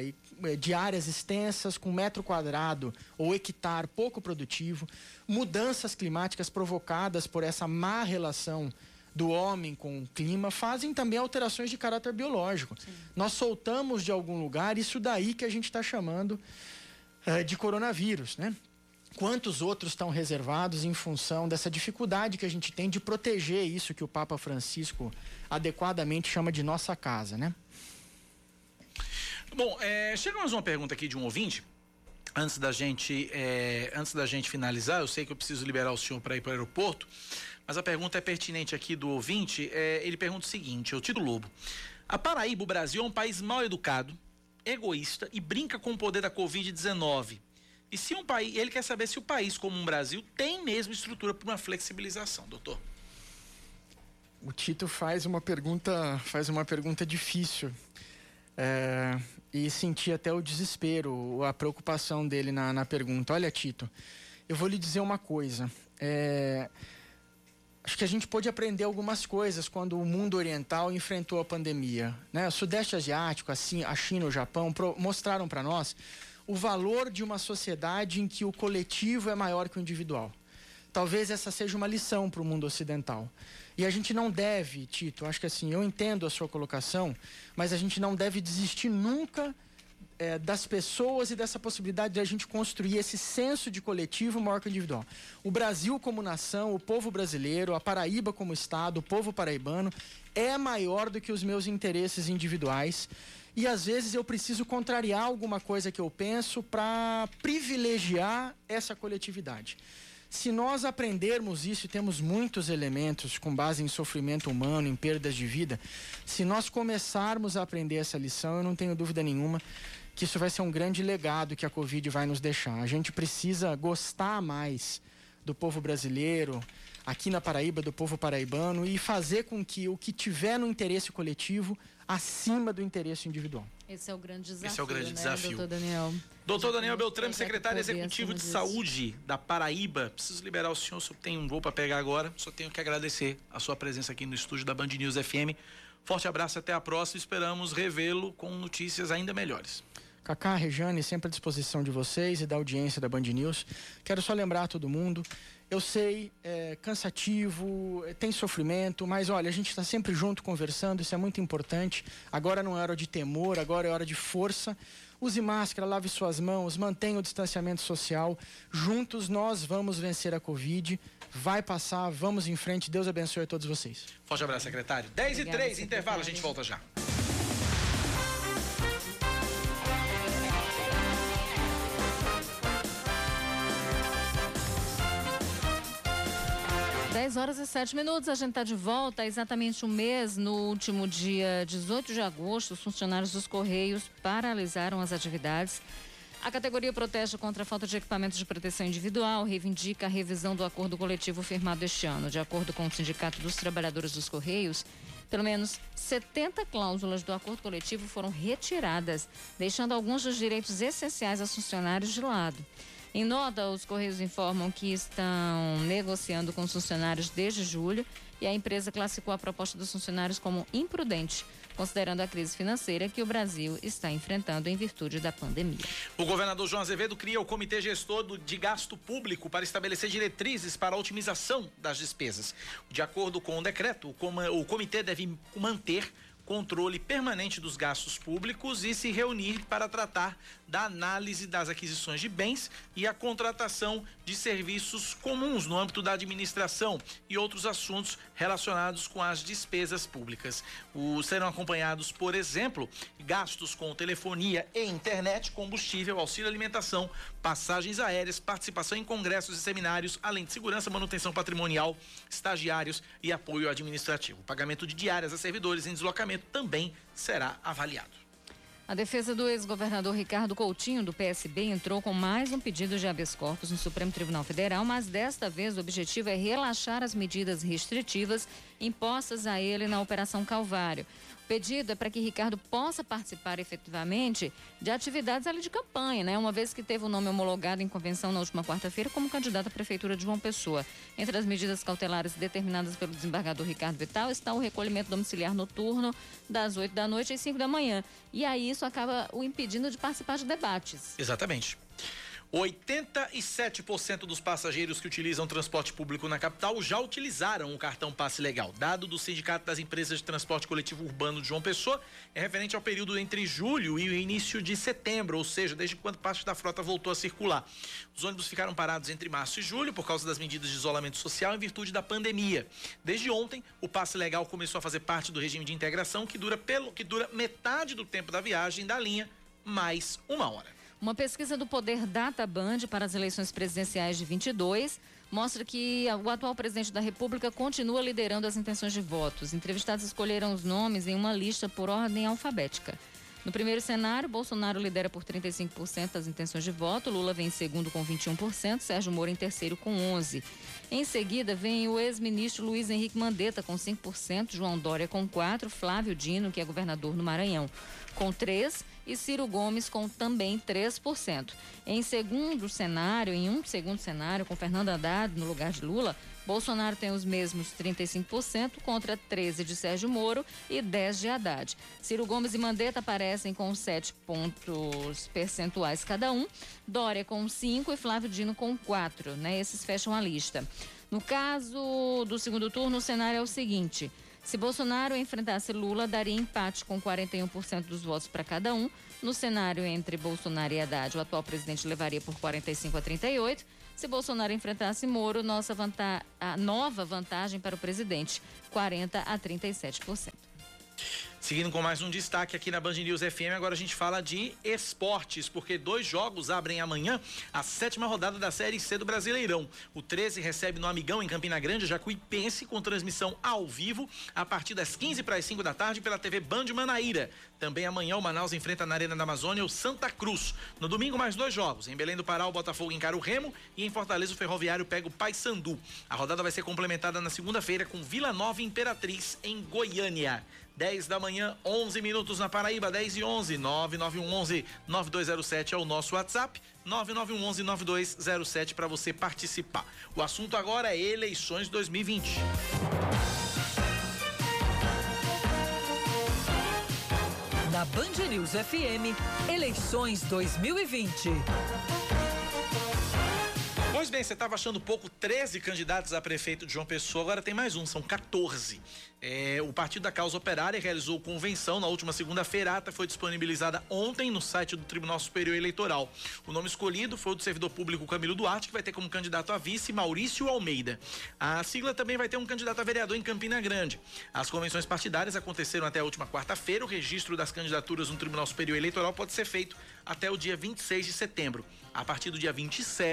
Speaker 5: de áreas extensas com metro quadrado ou hectare pouco produtivo, mudanças climáticas provocadas por essa má relação do homem com o clima, fazem também alterações de caráter biológico. Sim. Nós soltamos de algum lugar isso daí que a gente está chamando de coronavírus, né? Quantos outros estão reservados em função dessa dificuldade que a gente tem de proteger isso que o Papa Francisco adequadamente chama de nossa casa, né?
Speaker 2: Bom, chega mais uma pergunta aqui de um ouvinte. Antes da gente finalizar, eu sei que eu preciso liberar o senhor para ir para o aeroporto, mas a pergunta é pertinente aqui do ouvinte. Ele pergunta o seguinte, o Tito Lobo: a Paraíba, o Brasil, é um país mal educado, egoísta e brinca com o poder da Covid-19. E se ele quer saber se o país, como um Brasil, tem mesmo estrutura para uma flexibilização, doutor.
Speaker 5: O Tito faz uma pergunta difícil. E senti até o desespero, a preocupação dele na pergunta. Olha, Tito, eu vou lhe dizer uma coisa. Acho que a gente pôde aprender algumas coisas quando o mundo oriental enfrentou a pandemia, né? O Sudeste Asiático, assim, a China, o Japão, mostraram para nós o valor de uma sociedade em que o coletivo é maior que o individual. Talvez essa seja uma lição para o mundo ocidental. E a gente não deve, Tito, acho que assim, eu entendo a sua colocação, mas a gente não deve desistir nunca das pessoas e dessa possibilidade de a gente construir esse senso de coletivo maior que o individual. O Brasil como nação, o povo brasileiro, a Paraíba como estado, o povo paraibano, é maior do que os meus interesses individuais. E às vezes eu preciso contrariar alguma coisa que eu penso para privilegiar essa coletividade. Se nós aprendermos isso, e temos muitos elementos com base em sofrimento humano, em perdas de vida, se nós começarmos a aprender essa lição, eu não tenho dúvida nenhuma que isso vai ser um grande legado que a Covid vai nos deixar. A gente precisa gostar mais do povo brasileiro, aqui na Paraíba, do povo paraibano, e fazer com que o que tiver no interesse coletivo acima do interesse individual.
Speaker 3: Esse é o grande desafio.
Speaker 2: Esse é o grande desafio.
Speaker 3: Doutor Daniel.
Speaker 2: Doutor Daniel Beltrame, secretário executivo de saúde da Paraíba. Preciso liberar o senhor tem um voo para pegar agora. Só tenho que agradecer a sua presença aqui no estúdio da Band News FM. Forte abraço, até a próxima. Esperamos revê-lo com notícias ainda melhores.
Speaker 5: Cacá, Rejane, sempre à disposição de vocês e da audiência da Band News. Quero só lembrar a todo mundo, eu sei, é cansativo, tem sofrimento, mas olha, a gente está sempre junto conversando, isso é muito importante. Agora não é hora de temor, agora é hora de força. Use máscara, lave suas mãos, mantenha o distanciamento social. Juntos nós vamos vencer a Covid. Vai passar, vamos em frente. Deus abençoe a todos vocês.
Speaker 2: Forte abraço, secretário. 10h03, intervalo, a gente volta já.
Speaker 3: 10h07. A gente está de volta há exatamente um mês. No último dia 18 de agosto, os funcionários dos Correios paralisaram as atividades. A categoria protege contra a falta de equipamentos de proteção individual, reivindica a revisão do acordo coletivo firmado este ano. De acordo com o Sindicato dos Trabalhadores dos Correios, pelo menos 70 cláusulas do acordo coletivo foram retiradas, deixando alguns dos direitos essenciais aos funcionários de lado. Em nota, os Correios informam que estão negociando com os funcionários desde julho e a empresa classificou a proposta dos funcionários como imprudente, considerando a crise financeira que o Brasil está enfrentando em virtude da pandemia.
Speaker 2: O governador João Azevedo cria o Comitê Gestor de Gasto Público para estabelecer diretrizes para a otimização das despesas. De acordo com o decreto, o comitê deve manter controle permanente dos gastos públicos e se reunir para tratar da análise das aquisições de bens e a contratação de serviços comuns no âmbito da administração e outros assuntos relacionados com as despesas públicas. Serão acompanhados, por exemplo, gastos com telefonia e internet, combustível, auxílio alimentação, passagens aéreas, participação em congressos e seminários, além de segurança, manutenção patrimonial, estagiários e apoio administrativo. O pagamento de diárias a servidores em deslocamento também será avaliado.
Speaker 3: A defesa do ex-governador Ricardo Coutinho, do PSB, entrou com mais um pedido de habeas corpus no Supremo Tribunal Federal, mas desta vez o objetivo é relaxar as medidas restritivas impostas a ele na Operação Calvário. O pedido é para que Ricardo possa participar efetivamente de atividades ali de campanha, né? Uma vez que teve o nome homologado em convenção na última quarta-feira como candidato à Prefeitura de João Pessoa. Entre as medidas cautelares determinadas pelo desembargador Ricardo Vital está o recolhimento domiciliar noturno das 8 da noite às 5 da manhã. E aí isso acaba o impedindo de participar de debates.
Speaker 2: Exatamente. 87% dos passageiros que utilizam transporte público na capital já utilizaram o cartão Passe Legal. Dado do Sindicato das Empresas de Transporte Coletivo Urbano de João Pessoa, é referente ao período entre julho e o início de setembro, ou seja, desde quando parte da frota voltou a circular. Os ônibus ficaram parados entre março e julho por causa das medidas de isolamento social em virtude da pandemia. Desde ontem, o Passe Legal começou a fazer parte do regime de integração que dura metade do tempo da viagem da linha, mais 1 hora.
Speaker 3: Uma pesquisa do Poder Databand para as eleições presidenciais de 22 mostra que o atual presidente da República continua liderando as intenções de votos. Entrevistados escolheram os nomes em uma lista por ordem alfabética. No primeiro cenário, Bolsonaro lidera por 35% das intenções de voto, Lula vem em segundo com 21%, Sérgio Moro em terceiro com 11%. Em seguida, vem o ex-ministro Luiz Henrique Mandetta com 5%, João Dória com 4%, Flávio Dino, que é governador no Maranhão, com 3% e Ciro Gomes com também 3%. Em um segundo cenário, com Fernando Haddad no lugar de Lula, Bolsonaro tem os mesmos 35% contra 13% de Sérgio Moro e 10% de Haddad. Ciro Gomes e Mandetta aparecem com 7 pontos percentuais cada um, Dória com 5% e Flávio Dino com 4%, né? Esses fecham a lista. No caso do segundo turno, o cenário é o seguinte: se Bolsonaro enfrentasse Lula, daria empate com 41% dos votos para cada um. No cenário entre Bolsonaro e Haddad, o atual presidente levaria por 45-38%. Se Bolsonaro enfrentasse Moro, a nova vantagem para o presidente, 40-37%.
Speaker 2: Seguindo com mais um destaque aqui na Band News FM, agora a gente fala de esportes, porque 2 jogos abrem amanhã a 7ª rodada da Série C do Brasileirão. O 13 recebe no Amigão, em Campina Grande, Jacuipense, com transmissão ao vivo, a partir das 15:05 da tarde pela TV Band Manaíra. Também amanhã o Manaus enfrenta na Arena da Amazônia o Santa Cruz. No domingo, mais 2 jogos. Em Belém do Pará, o Botafogo encara o Remo e em Fortaleza o Ferroviário pega o Paysandu. A rodada vai ser complementada na segunda-feira com Vila Nova e Imperatriz em Goiânia. 10 da manhã, 11 minutos na Paraíba, 10:11, 9911-9207 é o nosso WhatsApp, 9911-9207 para você participar. O assunto agora é eleições 2020.
Speaker 1: Na Band News FM, eleições 2020.
Speaker 2: Pois bem, você estava achando pouco 13 candidatos a prefeito de João Pessoa, agora tem mais um, são 14. O Partido da Causa Operária realizou convenção na última segunda-feira. A ata foi disponibilizada ontem no site do Tribunal Superior Eleitoral. O nome escolhido foi o do servidor público Camilo Duarte, que vai ter como candidato a vice Maurício Almeida. A sigla também vai ter um candidato a vereador em Campina Grande. As convenções partidárias aconteceram até a última quarta-feira. O registro das candidaturas no Tribunal Superior Eleitoral pode ser feito até o dia 26 de setembro. A partir do dia 27,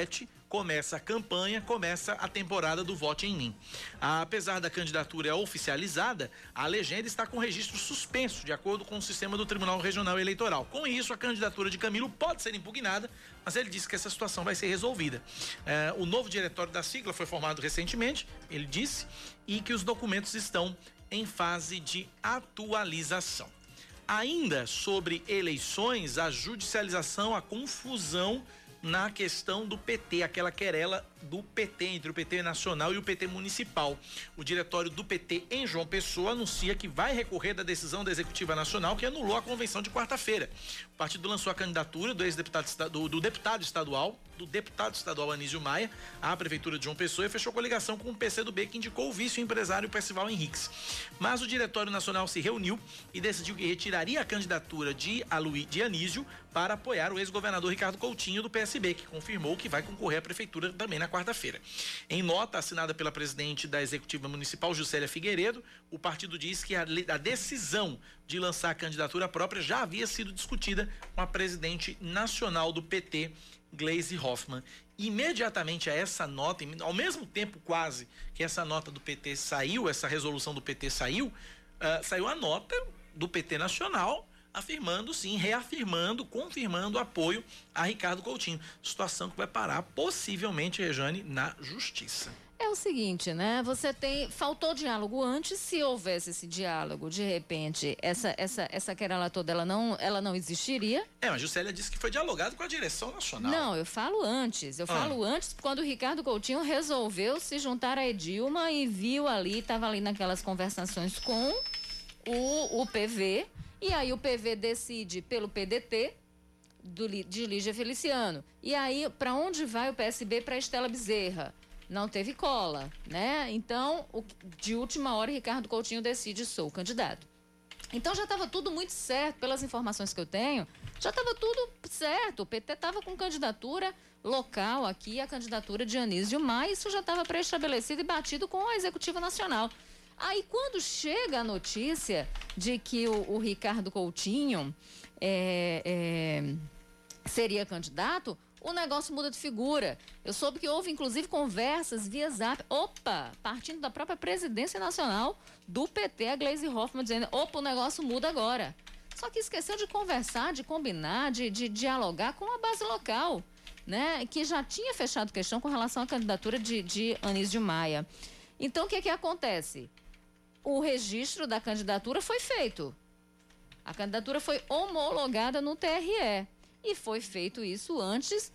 Speaker 2: começa a campanha, começa a temporada do Vote em Mim. Apesar da candidatura oficializada, a legenda está com registro suspenso, de acordo com o sistema do Tribunal Regional Eleitoral. Com isso, a candidatura de Camilo pode ser impugnada, mas ele disse que essa situação vai ser resolvida. O novo diretório da sigla foi formado recentemente, ele disse, e que os documentos estão em fase de atualização. Ainda sobre eleições, a judicialização, a confusão na questão do PT, aquela querela do PT, entre o PT nacional e o PT municipal. O diretório do PT em João Pessoa anuncia que vai recorrer da decisão da Executiva Nacional que anulou a convenção de quarta-feira. O partido lançou a candidatura do ex-deputado do deputado estadual Anísio Maia à Prefeitura de João Pessoa e fechou coligação com o PCdoB, que indicou o vice-empresário Percival Henriques. Mas o Diretório Nacional se reuniu e decidiu que retiraria a candidatura de Anísio para apoiar o ex-governador Ricardo Coutinho do PSB, que confirmou que vai concorrer à Prefeitura também na quarta-feira. Em nota assinada pela presidente da Executiva Municipal, Juscelia Figueiredo, o partido diz que a decisão de lançar a candidatura própria já havia sido discutida com a presidente nacional do PT, Gleisi Hoffmann. Imediatamente a essa nota, ao mesmo tempo quase que essa nota do PT saiu, essa resolução do PT saiu, saiu a nota do PT nacional afirmando, sim, reafirmando, confirmando o apoio a Ricardo Coutinho. Situação que vai parar possivelmente, Rejane, na justiça.
Speaker 3: É o seguinte, né? Faltou diálogo antes. Se houvesse esse diálogo, de repente, essa querela toda, ela não existiria.
Speaker 2: Mas Juscelia disse que foi dialogado com a direção nacional.
Speaker 3: Não, eu falo antes. Eu falo antes quando o Ricardo Coutinho resolveu se juntar a Edilma e viu ali, estava ali naquelas conversações com o PV, e aí o PV decide pelo PDT de Lígia Feliciano. E aí, para onde vai o PSB? Para Estela Bezerra. Não teve cola, né? Então, de última hora, Ricardo Coutinho decide, sou candidato. Então, já estava tudo muito certo, pelas informações que eu tenho, já estava tudo certo. O PT estava com candidatura local aqui, a candidatura de Anísio Maia, isso já estava pré-estabelecido e batido com a Executiva Nacional. Aí, quando chega a notícia de que o Ricardo Coutinho seria candidato, o negócio muda de figura. Eu soube que houve, inclusive, conversas via Zap. Partindo da própria presidência nacional do PT, a Gleisi Hoffmann, dizendo, o negócio muda agora. Só que esqueceu de conversar, de combinar, de dialogar com a base local, né? Que já tinha fechado questão com relação à candidatura de Anísio Maia. Então, o que acontece? O registro da candidatura foi feito. A candidatura foi homologada no TRE. E foi feito isso antes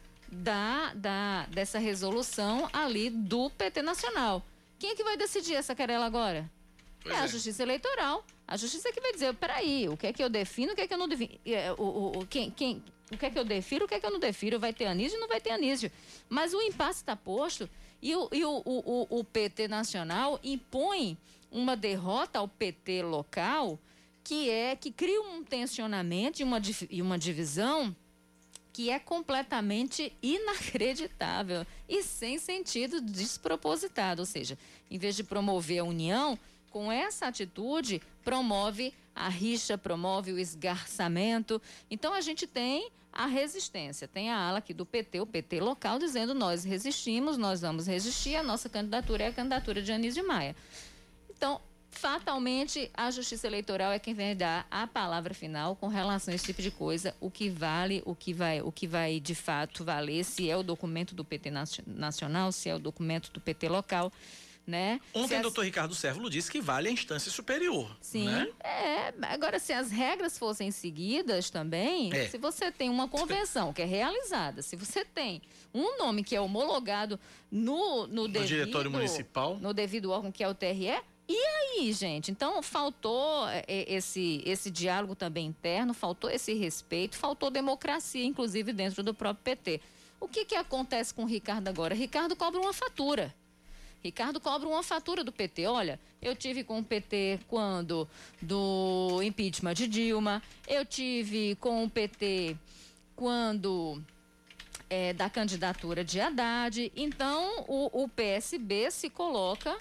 Speaker 3: dessa resolução ali do PT Nacional. Quem é que vai decidir essa querela agora? É a Justiça Eleitoral. A Justiça que vai dizer, peraí, o que é que eu defino, o que é que eu não defino? O que é que eu defiro, o que é que eu não defiro? Vai ter Anísio ou não vai ter Anísio? Mas o impasse está posto e o PT Nacional impõe uma derrota ao PT local que cria um tensionamento e uma divisão que é completamente inacreditável e sem sentido, despropositado. Ou seja, em vez de promover a união, com essa atitude, promove a rixa, promove o esgarçamento. Então, a gente tem a resistência, tem a ala aqui do PT, o PT local, dizendo nós resistimos, nós vamos resistir, a nossa candidatura é a candidatura de Anísio Maia. Então, fatalmente, a Justiça Eleitoral é quem vai dar a palavra final com relação a esse tipo de coisa, o que vale, o que vai de fato valer, se é o documento do PT nacional, se é o documento do PT local, né?
Speaker 2: Ontem o doutor Ricardo Sérvulo disse que vale a instância superior.
Speaker 3: Sim,
Speaker 2: né?
Speaker 3: Agora, se as regras fossem seguidas também, se você tem uma convenção que é realizada, se você tem um nome que é homologado no
Speaker 2: diretório municipal,
Speaker 3: no devido órgão que é o TRE, e aí, gente? Então, faltou esse diálogo também interno, faltou esse respeito, faltou democracia, inclusive, dentro do próprio PT. O que acontece com o Ricardo agora? Ricardo cobra uma fatura. Ricardo cobra uma fatura do PT. Olha, eu tive com o PT quando do impeachment de Dilma, eu tive com o PT quando da candidatura de Haddad. Então, o PSB se coloca,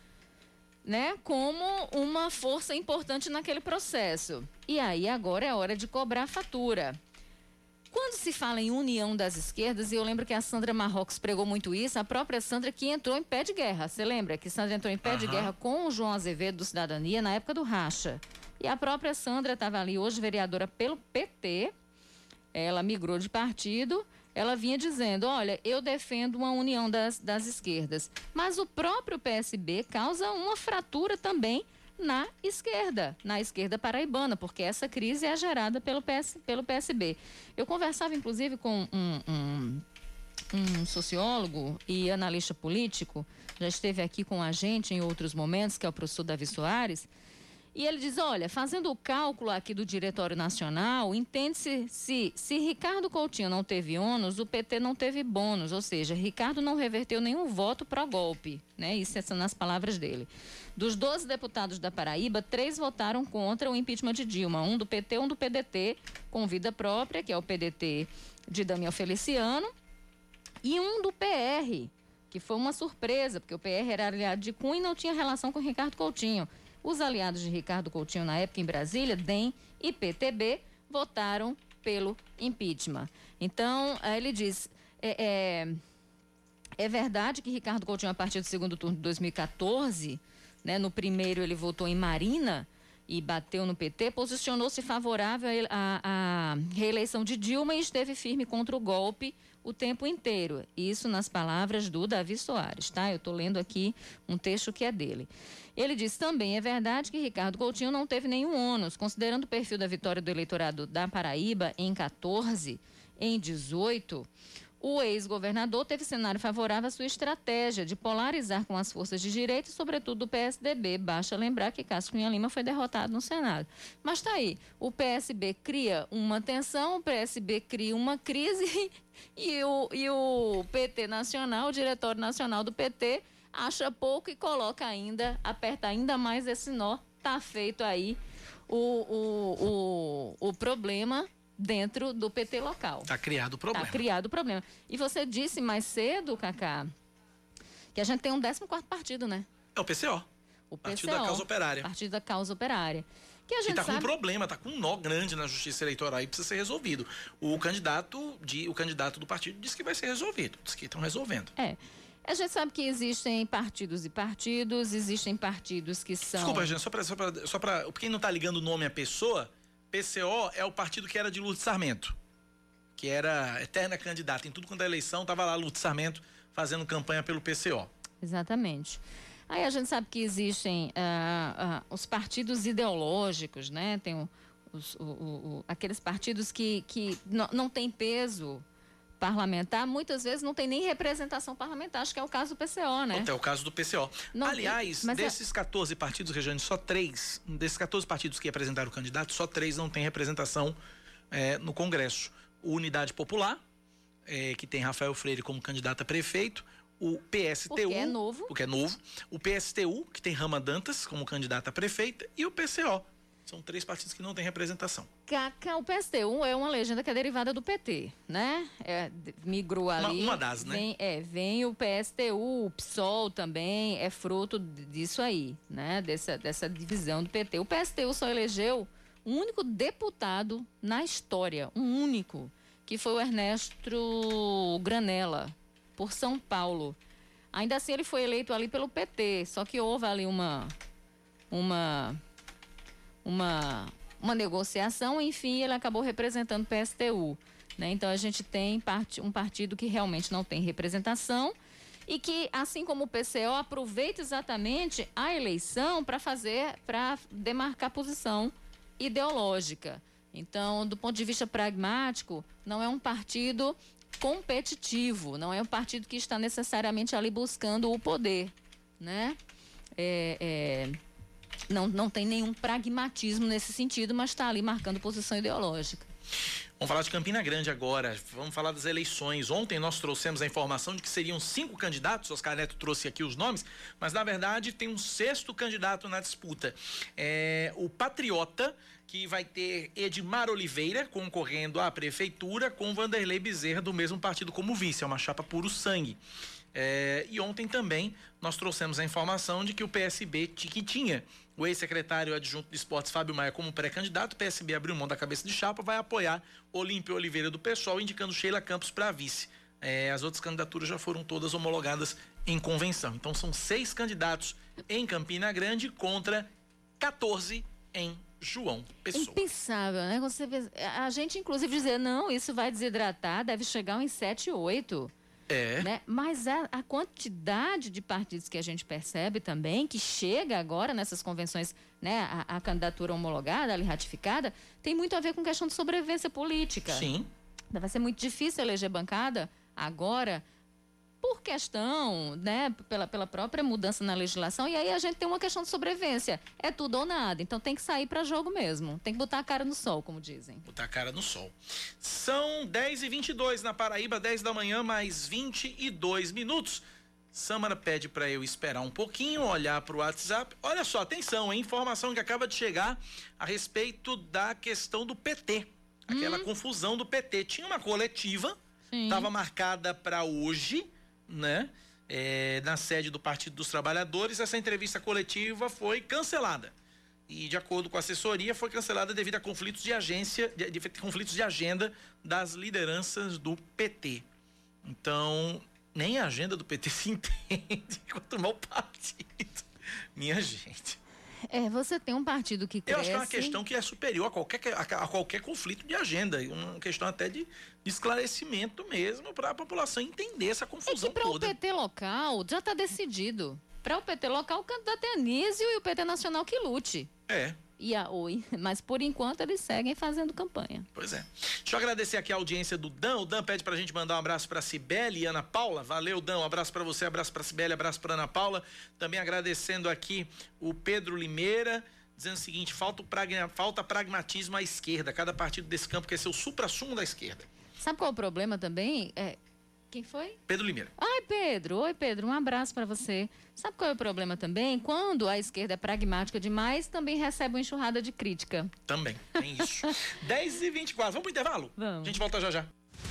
Speaker 3: né, como uma força importante naquele processo. E aí agora é hora de cobrar a fatura. Quando se fala em união das esquerdas, e eu lembro que a Sandra Marrocos pregou muito isso, a própria Sandra que entrou em pé de guerra. Você lembra que Sandra entrou em pé de guerra com o João Azevedo do Cidadania na época do racha. E a própria Sandra estava ali, hoje vereadora pelo PT, ela migrou de partido, ela vinha dizendo, olha, eu defendo uma união das esquerdas. Mas o próprio PSB causa uma fratura também na esquerda paraibana, porque essa crise é gerada pelo PSB. Eu conversava, inclusive, com um sociólogo e analista político, já esteve aqui com a gente em outros momentos, que é o professor Davi Soares, e ele diz, olha, fazendo o cálculo aqui do Diretório Nacional, entende-se se Ricardo Coutinho não teve ônus, o PT não teve bônus, ou seja, Ricardo não reverteu nenhum voto para golpe, né? Isso são nas palavras dele. Dos 12 deputados da Paraíba, 3 votaram contra o impeachment de Dilma, um do PT, um do PDT, com vida própria, que é o PDT de Damião Feliciano, e um do PR, que foi uma surpresa, porque o PR era aliado de Cunha e não tinha relação com Ricardo Coutinho. Os aliados de Ricardo Coutinho, na época em Brasília, DEM e PTB, votaram pelo impeachment. Então, ele diz, é verdade que Ricardo Coutinho, a partir do segundo turno de 2014, né, no primeiro ele votou em Marina e bateu no PT, posicionou-se favorável à reeleição de Dilma e esteve firme contra o golpe o tempo inteiro. Isso nas palavras do Davi Soares, tá? Eu estou lendo aqui um texto que é dele. Ele diz também, é verdade que Ricardo Coutinho não teve nenhum ônus, considerando o perfil da vitória do eleitorado da Paraíba em 14, em 18, o ex-governador teve cenário favorável à sua estratégia de polarizar com as forças de direita e, sobretudo, do PSDB. Basta lembrar que Cássio Cunha Lima foi derrotado no Senado. Mas tá aí, o PSB cria uma tensão, o PSB cria uma crise e o PT Nacional, o Diretório Nacional do PT, acha pouco e coloca ainda, aperta ainda mais esse nó. Tá feito aí o problema dentro do PT local.
Speaker 2: Tá criado o problema.
Speaker 3: Tá criado o problema. E você disse mais cedo, Cacá, que a gente tem um 14º partido, né?
Speaker 2: É o PCO.
Speaker 3: O
Speaker 2: Partido da Causa Operária.
Speaker 3: Partido da Causa Operária. Que a gente
Speaker 2: tá
Speaker 3: sabe...
Speaker 2: com um problema, tá com um nó grande na Justiça Eleitoral e precisa ser resolvido. O candidato do partido disse que vai ser resolvido. Diz que estão resolvendo.
Speaker 3: A gente sabe que existem partidos e partidos, existem partidos que são...
Speaker 2: Desculpa, gente, só para quem não tá ligando o nome à pessoa, PCO é o partido que era de Lourdes Sarmento, que era eterna candidata. Em tudo quanto é eleição, tava lá Lourdes Sarmento fazendo campanha pelo PCO.
Speaker 3: Exatamente. Aí a gente sabe que existem os partidos ideológicos, né? Tem aqueles partidos que não têm peso parlamentar, muitas vezes não tem nem representação parlamentar. Acho que é o caso do PCO, né?
Speaker 2: É o caso do PCO. Não, aliás, desses 14 partidos, Regiane, só 3, desses 14 partidos que apresentaram o candidato, só 3 não têm representação no Congresso. O Unidade Popular, que tem Rafael Freire como candidato a prefeito, o PSTU, porque é novo, o PSTU, que tem Rama Dantas como candidata a prefeita, e o PCO. São 3 partidos que não têm representação. O PSTU é uma legenda que é derivada do PT, né? Migrou ali. Uma das, né?
Speaker 3: Vem o PSTU, o PSOL também é fruto disso aí, né? Dessa divisão do PT. O PSTU só elegeu um único deputado na história, um único, que foi o Ernesto Granella, por São Paulo. Ainda assim, ele foi eleito ali pelo PT, só que houve ali uma negociação, enfim, ele acabou representando o PSTU, né? Então a gente tem um partido que realmente não tem representação e que, assim como o PCO, aproveita exatamente a eleição para demarcar posição ideológica. Então, do ponto de vista pragmático, não é um partido competitivo, não é um partido que está necessariamente ali buscando o poder, né? Não tem nenhum pragmatismo nesse sentido, mas está ali marcando posição ideológica.
Speaker 2: Vamos falar de Campina Grande agora, vamos falar das eleições. Ontem nós trouxemos a informação de que seriam 5 candidatos, Oscar Neto trouxe aqui os nomes, mas na verdade tem um 6º candidato na disputa. O Patriota, que vai ter Edmar Oliveira concorrendo à prefeitura com Vanderlei Bezerra do mesmo partido como vice, é uma chapa puro sangue. E ontem também nós trouxemos a informação de que o PSB, que tinha o ex-secretário adjunto de esportes Fábio Maia como pré-candidato, o PSB abriu mão da cabeça de chapa, vai apoiar Olímpio Oliveira do PSOL, indicando Sheila Campos para vice. As outras candidaturas já foram todas homologadas em convenção. Então são 6 candidatos em Campina Grande contra 14 em João Pessoa.
Speaker 3: Impensável, né? A gente inclusive dizer, não, isso vai desidratar, deve chegar em 7, 8. Né? Mas a quantidade de partidos que a gente percebe também, que chega agora nessas convenções, né, a candidatura homologada, ali ratificada, tem muito a ver com questão de sobrevivência política.
Speaker 2: Sim.
Speaker 3: Vai ser muito difícil eleger bancada agora por questão, né, pela própria mudança na legislação, e aí a gente tem uma questão de sobrevivência. É tudo ou nada, então tem que sair para jogo mesmo. Tem que botar a cara no sol, como dizem.
Speaker 2: Botar a cara no sol. São 10h22 na Paraíba, 10 da manhã, mais 22 minutos. Samara pede para eu esperar um pouquinho, olhar para o WhatsApp. Olha só, atenção, hein? Informação que acaba de chegar a respeito da questão do PT. Aquela confusão do PT. Tinha uma coletiva, estava marcada para hoje, né? Na sede do Partido dos Trabalhadores. Essa entrevista coletiva foi cancelada. E, de acordo com a assessoria, foi cancelada devido a conflitos conflitos de agenda das lideranças do PT. Então, nem a agenda do PT se entende, quanto mal partido. Minha gente.
Speaker 3: Você tem um partido que cresce...
Speaker 2: Eu acho que é uma questão que é superior a qualquer conflito de agenda. Uma questão até de esclarecimento mesmo, para a população entender essa confusão toda.
Speaker 3: Para o PT local, já está decidido. Para o PT local, o candidato é Anísio e o PT nacional que lute. E a Oi. Mas, por enquanto, eles seguem fazendo campanha.
Speaker 2: Pois é. Deixa eu agradecer aqui a audiência do Dan. O Dan pede pra gente mandar um abraço pra Cibele e Ana Paula. Valeu, Dan. Um abraço pra você, abraço pra Cibele, abraço pra Ana Paula. Também agradecendo aqui o Pedro Limeira, dizendo o seguinte: falta pragmatismo à esquerda. Cada partido desse campo quer ser o supra-sumo da esquerda.
Speaker 3: Sabe qual é o problema também? Quem foi?
Speaker 2: Pedro Limeira.
Speaker 3: Ai, Pedro. Oi, Pedro. Um abraço para você. Sabe qual é o problema também? Quando a esquerda é pragmática demais, também recebe uma enxurrada de crítica.
Speaker 2: Também, tem isso. 10h24. Vamos pro intervalo?
Speaker 3: Vamos.
Speaker 2: A gente volta já já.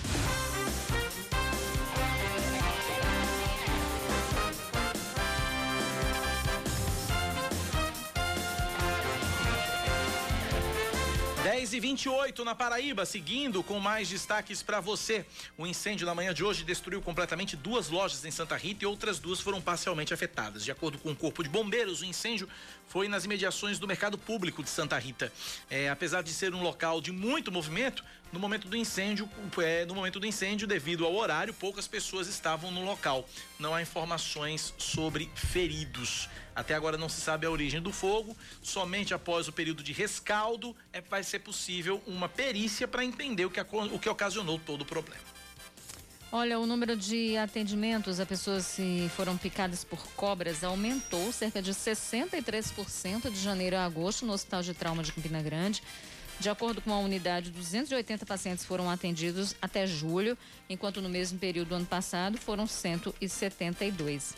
Speaker 2: e 10h28 na Paraíba, seguindo com mais destaques para você. O incêndio na manhã de hoje destruiu completamente 2 lojas em Santa Rita e outras 2 foram parcialmente afetadas. De acordo com o Corpo de Bombeiros, o incêndio foi nas imediações do Mercado Público de Santa Rita. Apesar de ser um local de muito movimento, no momento do incêndio, devido ao horário, poucas pessoas estavam no local. Não há informações sobre feridos. Até agora não se sabe a origem do fogo. Somente após o período de rescaldo vai ser possível uma perícia para entender o que ocasionou todo o problema.
Speaker 3: Olha, o número de atendimentos a pessoas que foram picadas por cobras aumentou cerca de 63% de janeiro a agosto no Hospital de Trauma de Campina Grande. De acordo com a unidade, 280 pacientes foram atendidos até julho, enquanto no mesmo período do ano passado foram 172.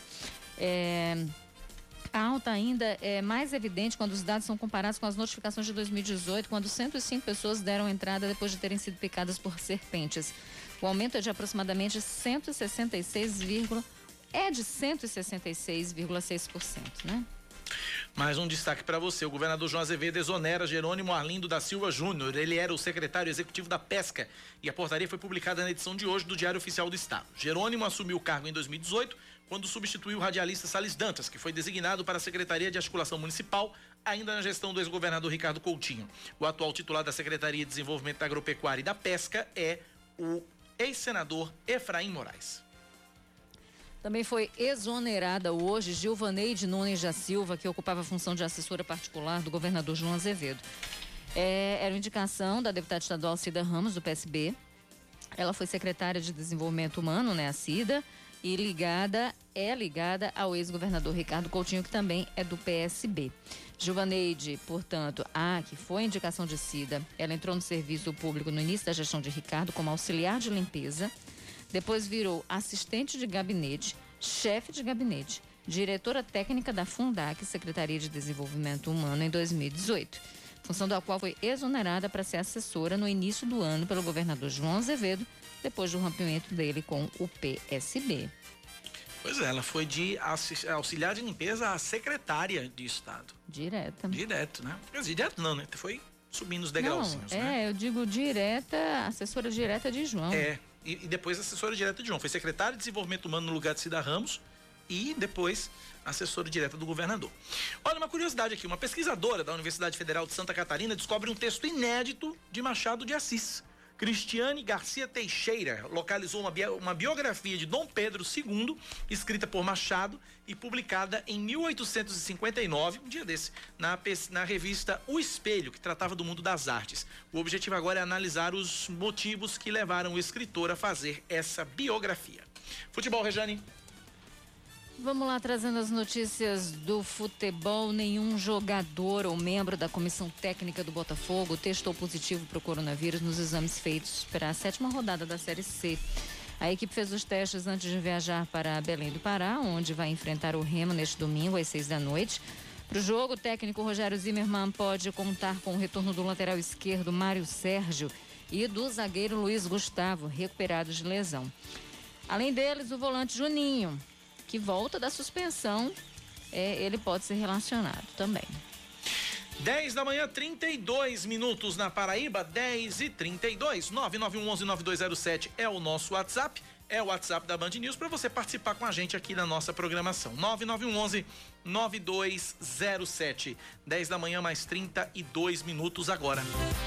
Speaker 3: A alta ainda é mais evidente quando os dados são comparados com as notificações de 2018, quando 105 pessoas deram entrada depois de terem sido picadas por serpentes. O aumento é de aproximadamente 166,6%, né?
Speaker 2: Mais um destaque para você. O governador João Azevedo exonera Jerônimo Arlindo da Silva Júnior. Ele era o secretário executivo da Pesca e a portaria foi publicada na edição de hoje do Diário Oficial do Estado. Jerônimo assumiu o cargo em 2018, quando substituiu o radialista Salles Dantas, que foi designado para a Secretaria de Articulação Municipal, ainda na gestão do ex-governador Ricardo Coutinho. O atual titular da Secretaria de Desenvolvimento da Agropecuária e da Pesca é o ex-senador Efraim Moraes.
Speaker 3: Também foi exonerada hoje Gilvaneide Nunes da Silva, que ocupava a função de assessora particular do governador João Azevedo. Era uma indicação da deputada estadual Cida Ramos, do PSB. Ela foi secretária de Desenvolvimento Humano, né, a Cida, e ligada ao ex-governador Ricardo Coutinho, que também é do PSB. Gilvaneide, portanto, que foi indicação de Cida, ela entrou no serviço público no início da gestão de Ricardo como auxiliar de limpeza, depois virou assistente de gabinete, chefe de gabinete, diretora técnica da Fundac, Secretaria de Desenvolvimento Humano, em 2018. Função da qual foi exonerada para ser assessora no início do ano pelo governador João Azevedo, depois do rompimento dele com o PSB.
Speaker 2: Pois é, ela foi de auxiliar de limpeza a secretária de Estado.
Speaker 3: Direta.
Speaker 2: Direto, né? Direto não, né? Foi subindo os degrauzinhos, né?
Speaker 3: Eu digo direta, assessora direta de João.
Speaker 2: E depois assessora direta de João. Foi secretária de Desenvolvimento Humano no lugar de Cida Ramos e depois assessora direta do governador. Olha, uma curiosidade aqui, uma pesquisadora da Universidade Federal de Santa Catarina descobre um texto inédito de Machado de Assis. Cristiane Garcia Teixeira localizou uma biografia de Dom Pedro II, escrita por Machado e publicada em 1859, um dia desse, na revista O Espelho, que tratava do mundo das artes. O objetivo agora é analisar os motivos que levaram o escritor a fazer essa biografia. Futebol, Rejane.
Speaker 3: Vamos lá, trazendo as notícias do futebol. Nenhum jogador ou membro da comissão técnica do Botafogo testou positivo para o coronavírus nos exames feitos para a 7ª rodada da Série C. A equipe fez os testes antes de viajar para Belém do Pará, onde vai enfrentar o Remo neste domingo às 18h. Para o jogo, o técnico Rogério Zimmermann pode contar com o retorno do lateral esquerdo Mário Sérgio e do zagueiro Luiz Gustavo, recuperados de lesão. Além deles, o volante Juninho, que volta da suspensão, ele pode ser relacionado também.
Speaker 2: 10 da manhã, 32 minutos na Paraíba, 10h32. 9911-9207 é o nosso WhatsApp, é o WhatsApp da Band News para você participar com a gente aqui na nossa programação. 9911-9207. 10 da manhã, mais 32 minutos agora.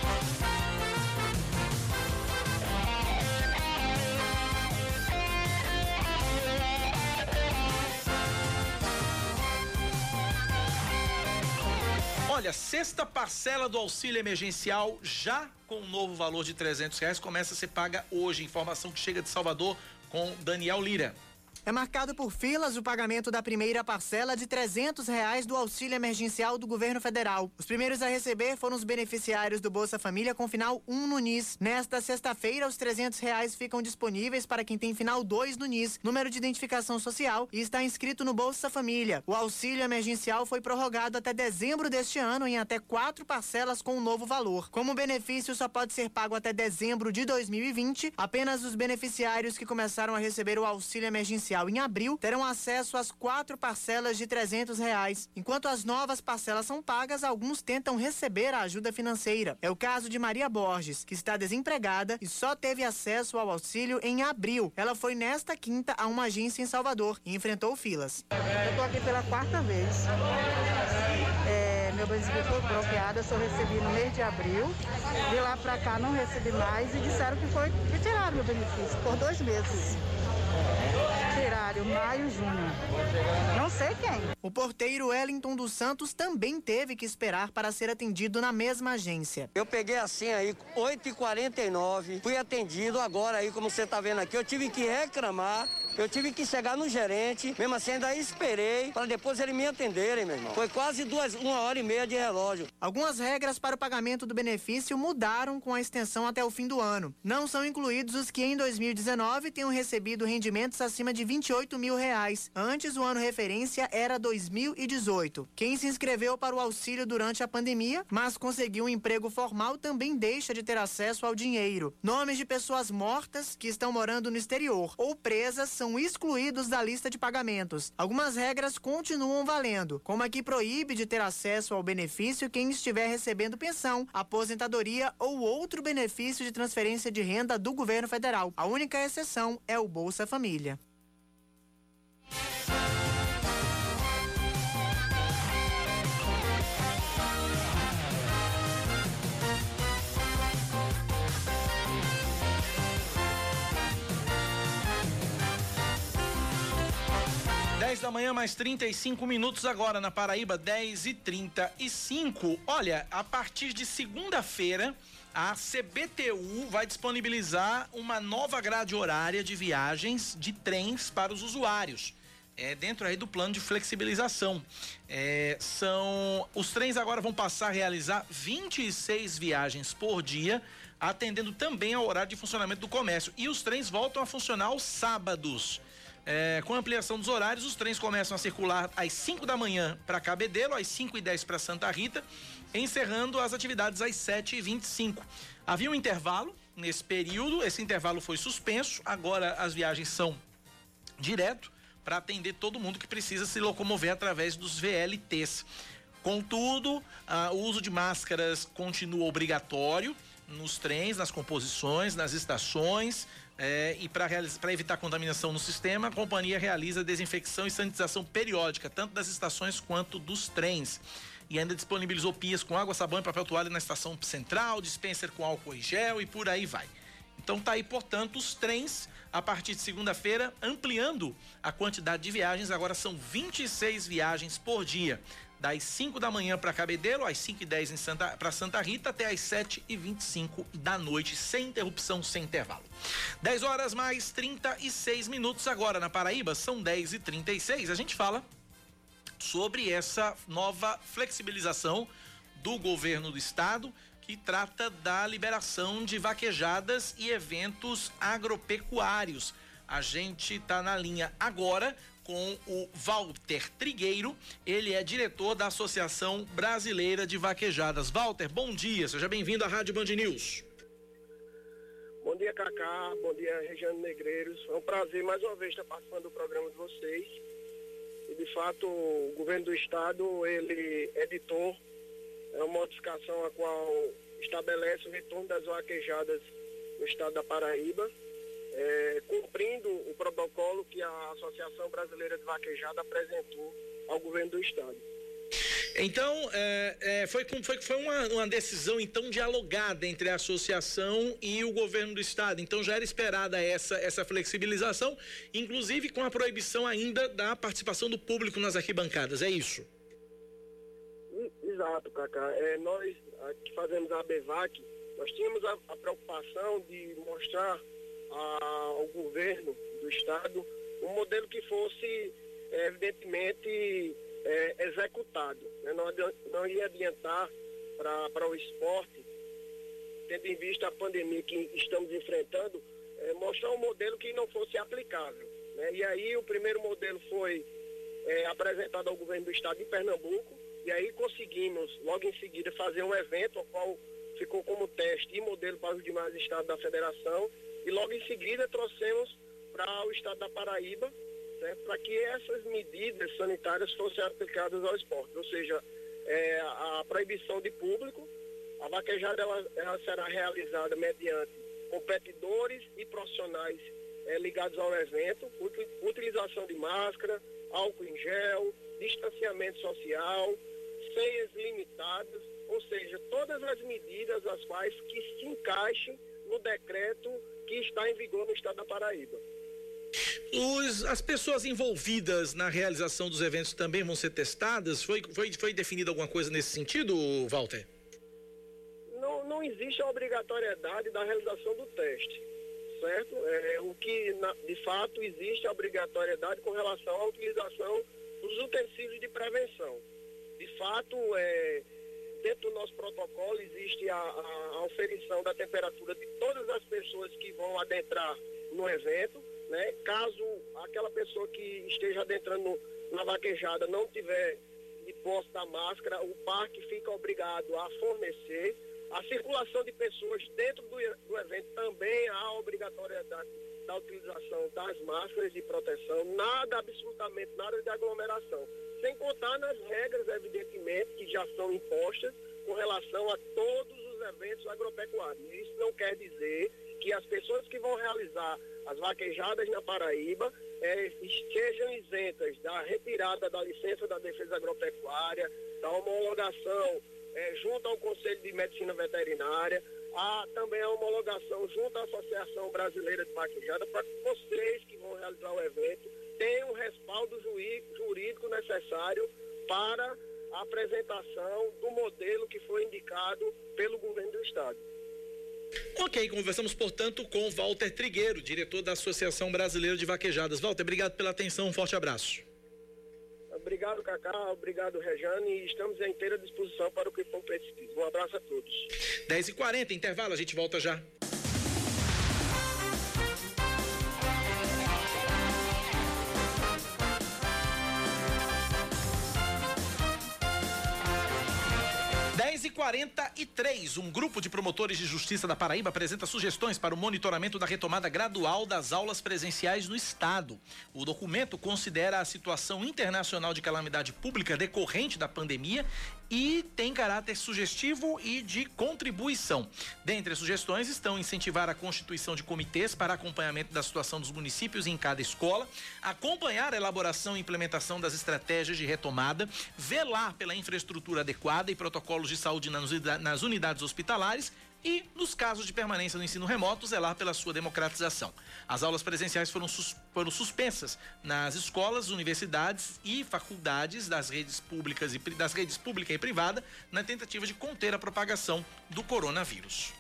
Speaker 2: Olha, sexta parcela do auxílio emergencial, já com um novo valor de R$300, começa a ser paga hoje. Informação que chega de Salvador com Daniel Lira.
Speaker 6: É marcado por filas o pagamento da primeira parcela de R$300 do auxílio emergencial do governo federal. Os primeiros a receber foram os beneficiários do Bolsa Família com final 1 no NIS. Nesta sexta-feira, os R$300 ficam disponíveis para quem tem final 2 no NIS, número de identificação social, e está inscrito no Bolsa Família. O auxílio emergencial foi prorrogado até dezembro deste ano em até 4 parcelas com um novo valor. Como o benefício só pode ser pago até dezembro de 2020, apenas os beneficiários que começaram a receber o auxílio emergencial em abril terão acesso às 4 parcelas de R$300. Enquanto as novas parcelas são pagas, alguns tentam receber a ajuda financeira. É o caso de Maria Borges, que está desempregada e só teve acesso ao auxílio em abril. Ela foi nesta quinta a uma agência em Salvador e enfrentou filas.
Speaker 7: Eu estou aqui pela 4ª vez. Meu benefício foi bloqueado, eu só recebi no mês de abril. De lá para cá não recebi mais e disseram que tiraram meu benefício por 2 meses. Tiraram maio e junho. Não sei quem.
Speaker 6: O porteiro Wellington dos Santos também teve que esperar para ser atendido na mesma agência.
Speaker 8: Eu peguei assim aí, 8h49, fui atendido agora aí, como você tá vendo aqui, eu tive que reclamar, eu tive que chegar no gerente, mesmo assim ainda esperei para depois eles me atenderem, meu irmão. Foi quase 1h30 de relógio.
Speaker 6: Algumas regras para o pagamento do benefício mudaram com a extensão até o fim do ano. Não são incluídos os que em 2019 tenham recebido rendimentos acima de R$28 mil. Antes, o ano referência era 2018. Quem se inscreveu para o auxílio durante a pandemia, mas conseguiu um emprego formal, também deixa de ter acesso ao dinheiro. Nomes de pessoas mortas que estão morando no exterior ou presas são excluídos da lista de pagamentos. Algumas regras continuam valendo, como a que proíbe de ter acesso ao benefício quem estiver recebendo pensão, aposentadoria ou outro benefício de transferência de renda do governo federal. A única exceção é o Bolsa Família.
Speaker 2: Da manhã, mais 35 minutos agora na Paraíba, 10h35. Olha, a partir de segunda-feira, a CBTU vai disponibilizar uma nova grade horária de viagens de trens para os usuários. Dentro aí do plano de flexibilização. Os trens agora vão passar a realizar 26 viagens por dia, atendendo também ao horário de funcionamento do comércio. E os trens voltam a funcionar aos sábados. Com a ampliação dos horários, os trens começam a circular às 5 da manhã para Cabedelo, às 5h10 para Santa Rita, encerrando as atividades às 7h25. Havia um intervalo nesse período, esse intervalo foi suspenso, agora as viagens são direto para atender todo mundo que precisa se locomover através dos VLTs. Contudo, o uso de máscaras continua obrigatório nos trens, nas composições, nas estações, e para evitar contaminação no sistema, a companhia realiza desinfecção e sanitização periódica, tanto das estações quanto dos trens. E ainda disponibilizou pias com água, sabão e papel toalha na estação central, dispenser com álcool e gel e por aí vai. Então tá aí, portanto, os trens, a partir de segunda-feira, ampliando a quantidade de viagens. Agora são 26 viagens por dia. Das 5 da manhã para Cabedelo, às 5h10 para Santa Rita, até às 7h25 da noite, sem interrupção, sem intervalo. 10 horas mais 36 minutos agora na Paraíba, são 10h36. A gente fala sobre essa nova flexibilização do governo do estado, que trata da liberação de vaquejadas e eventos agropecuários. A gente está na linha agora com o Walter Trigueiro, ele é diretor da Associação Brasileira de Vaquejadas. Walter, bom dia, seja bem-vindo à Rádio Band News.
Speaker 9: Bom dia, Cacá, bom dia, Regiane Negreiros. É um prazer mais uma vez estar participando do programa de vocês. E, de fato, o governo do estado, ele editou uma modificação a qual estabelece o retorno das vaquejadas no estado da Paraíba, cumprindo o protocolo que a Associação Brasileira de Vaquejada apresentou ao governo do estado.
Speaker 2: Então, foi uma decisão então dialogada entre a associação e o governo do estado. Então já era esperada essa flexibilização, inclusive com a proibição ainda da participação do público nas arquibancadas, é isso?
Speaker 9: Exato, Cacá. Nós que fazemos a ABVAC, nós tínhamos a preocupação de mostrar ao governo do estado um modelo que fosse evidentemente executado, né? Não ia adiantar para o esporte, tendo em vista a pandemia que estamos enfrentando, mostrar um modelo que não fosse aplicável, né? E aí o primeiro modelo foi apresentado ao governo do estado de Pernambuco, e aí conseguimos logo em seguida fazer um evento, ao qual ficou como teste e modelo para os demais estados da federação, e logo em seguida trouxemos para o estado da Paraíba, para que essas medidas sanitárias fossem aplicadas ao esporte, ou seja, a proibição de público. A vaquejada ela será realizada mediante competidores e profissionais ligados ao evento, utilização de máscara, álcool em gel, distanciamento social, ceias limitadas, ou seja, todas as medidas as quais que se encaixem no decreto que está em vigor no estado da Paraíba.
Speaker 2: As pessoas envolvidas na realização dos eventos também vão ser testadas? Foi definida alguma coisa nesse sentido, Walter?
Speaker 9: Não existe a obrigatoriedade da realização do teste, certo? O que, de fato, existe a obrigatoriedade com relação à utilização dos utensílios de prevenção. De fato, dentro do nosso protocolo existe a oferição da temperatura de todas as pessoas que vão adentrar no evento, né? Caso aquela pessoa que esteja adentrando na vaquejada não tiver de posse da máscara, o parque fica obrigado a fornecer. A circulação de pessoas dentro do evento também há a obrigatoriedade da utilização das máscaras de proteção, absolutamente nada de aglomeração. Sem contar nas regras, evidentemente, que já são impostas com relação a todos os eventos agropecuários. Isso não quer dizer que as pessoas que vão realizar as vaquejadas na Paraíba estejam isentas da retirada da licença da defesa agropecuária, da homologação junto ao Conselho de Medicina Veterinária, há também a homologação junto à Associação Brasileira de Vaquejada, para que vocês que vão realizar o evento tenham o respaldo jurídico necessário para a apresentação do modelo que foi indicado pelo governo do estado.
Speaker 2: Ok, conversamos, portanto, com Walter Trigueiro, diretor da Associação Brasileira de Vaquejadas. Walter, obrigado pela atenção, um forte abraço.
Speaker 9: Obrigado, Cacá, obrigado, Rejane, e estamos à inteira disposição para o que for preciso. Um abraço a todos.
Speaker 2: 10h40, intervalo, a gente volta já. 10h43, um grupo de promotores de justiça da Paraíba apresenta sugestões para o monitoramento da retomada gradual das aulas presenciais no estado. O documento considera a situação internacional de calamidade pública decorrente da pandemia e tem caráter sugestivo e de contribuição. Dentre as sugestões estão incentivar a constituição de comitês para acompanhamento da situação dos municípios em cada escola, acompanhar a elaboração e implementação das estratégias de retomada, velar pela infraestrutura adequada e protocolos de saúde nas unidades hospitalares e, nos casos de permanência no ensino remoto, zelar pela sua democratização. As aulas presenciais foram suspensas nas escolas, universidades e faculdades das redes pública e privada, na tentativa de conter a propagação do coronavírus.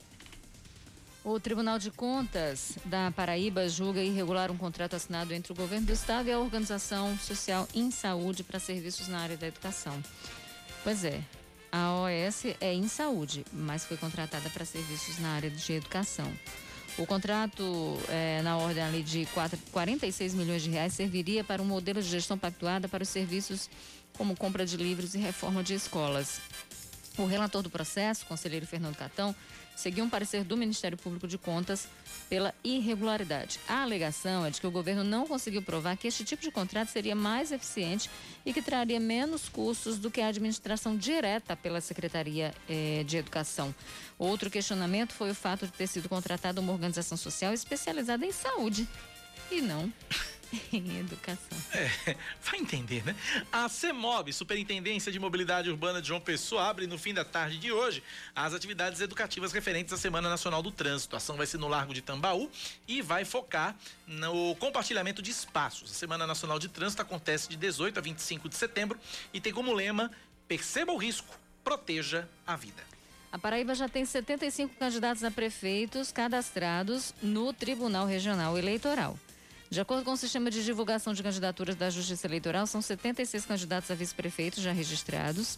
Speaker 3: O Tribunal de Contas da Paraíba julga irregular um contrato assinado entre o governo do estado e a Organização Social em Saúde para serviços na área da educação. Pois é, a OS é em saúde, mas foi contratada para serviços na área de educação. O contrato, na ordem ali de 46 milhões de reais, serviria para um modelo de gestão pactuada para os serviços como compra de livros e reforma de escolas. O relator do processo, conselheiro Fernando Catão, seguiu um parecer do Ministério Público de Contas pela irregularidade. A alegação é de que o governo não conseguiu provar que este tipo de contrato seria mais eficiente e que traria menos custos do que a administração direta pela Secretaria de Educação. Outro questionamento foi o fato de ter sido contratada uma organização social especializada em saúde e não em educação.
Speaker 2: Vai entender, né? A CEMOB, Superintendência de Mobilidade Urbana de João Pessoa, abre no fim da tarde de hoje as atividades educativas referentes à Semana Nacional do Trânsito. A ação vai ser no Largo de Tambaú e vai focar no compartilhamento de espaços. A Semana Nacional de Trânsito acontece de 18 a 25 de setembro e tem como lema: perceba o risco, proteja a vida.
Speaker 3: A Paraíba já tem 75 candidatos a prefeitos cadastrados no Tribunal Regional Eleitoral. De acordo com o sistema de divulgação de candidaturas da Justiça Eleitoral, são 76 candidatos a vice-prefeitos já registrados.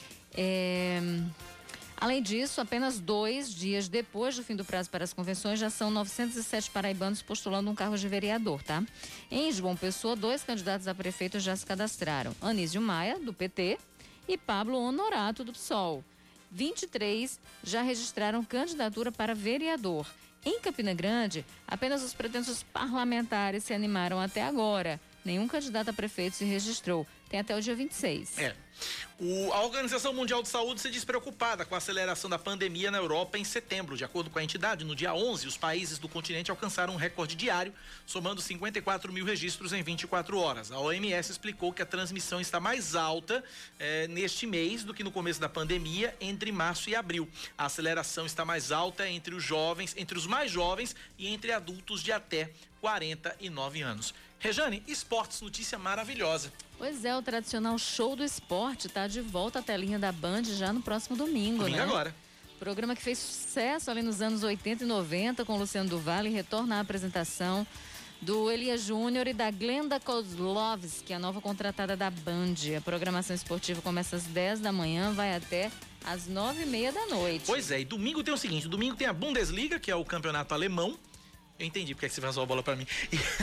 Speaker 3: Além disso, apenas 2 dias depois do fim do prazo para as convenções, já são 907 paraibanos postulando um cargo de vereador, tá? Em João Pessoa, 2 candidatos a prefeito já se cadastraram. Anísio Maia, do PT, e Pablo Honorato, do PSOL. 23 já registraram candidatura para vereador. Em Campina Grande, apenas os pretensos parlamentares se animaram até agora. Nenhum candidato a prefeito se registrou. Tem até o dia 26.
Speaker 2: A Organização Mundial de Saúde se diz preocupada com a aceleração da pandemia na Europa em setembro. De acordo com a entidade, no dia 11, os países do continente alcançaram um recorde diário, somando 54 mil registros em 24 horas. A OMS explicou que a transmissão está mais alta neste mês do que no começo da pandemia, entre março e abril. A aceleração está mais alta entre os mais jovens e entre adultos de até 49 anos. Rejane, esportes, notícia maravilhosa.
Speaker 3: Pois é, o tradicional show do esporte está de volta à telinha da Band já no próximo domingo, né?
Speaker 2: Agora.
Speaker 3: Programa que fez sucesso ali nos anos 80 e 90 com Luciano do Vale retorna à apresentação do Elias Júnior e da Glenda Kozlovski, a nova contratada da Band. A programação esportiva começa às 10 da manhã, vai até às 9h30 da noite.
Speaker 2: Pois é, e domingo tem o seguinte, domingo tem a Bundesliga, que é o campeonato alemão. Eu entendi porque é que você vazou a bola pra mim.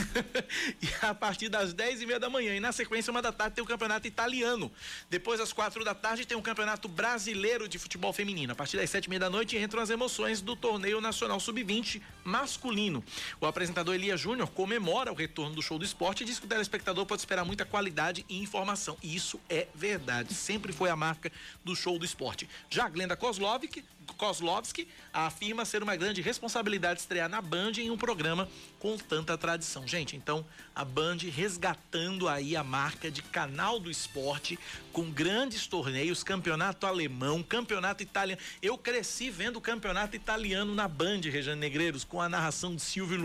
Speaker 2: E a partir das 10h30 da manhã. E na sequência, 1 da tarde, tem o campeonato italiano. Depois, às 4 da tarde, tem o campeonato brasileiro de futebol feminino. A partir das 7h30 da noite, entram as emoções do torneio nacional sub-20 masculino. O apresentador Elias Júnior comemora o retorno do show do esporte e diz que o telespectador pode esperar muita qualidade e informação. E isso é verdade. Sempre foi a marca do show do esporte. Já a Glenda Kozlovski afirma ser uma grande responsabilidade estrear na Band em um programa com tanta tradição. Gente, então a Band resgatando aí a marca de canal do esporte com grandes torneios, campeonato alemão, campeonato italiano. Eu cresci vendo o campeonato italiano na Band, Rejane Negreiros, com a narração de Silvio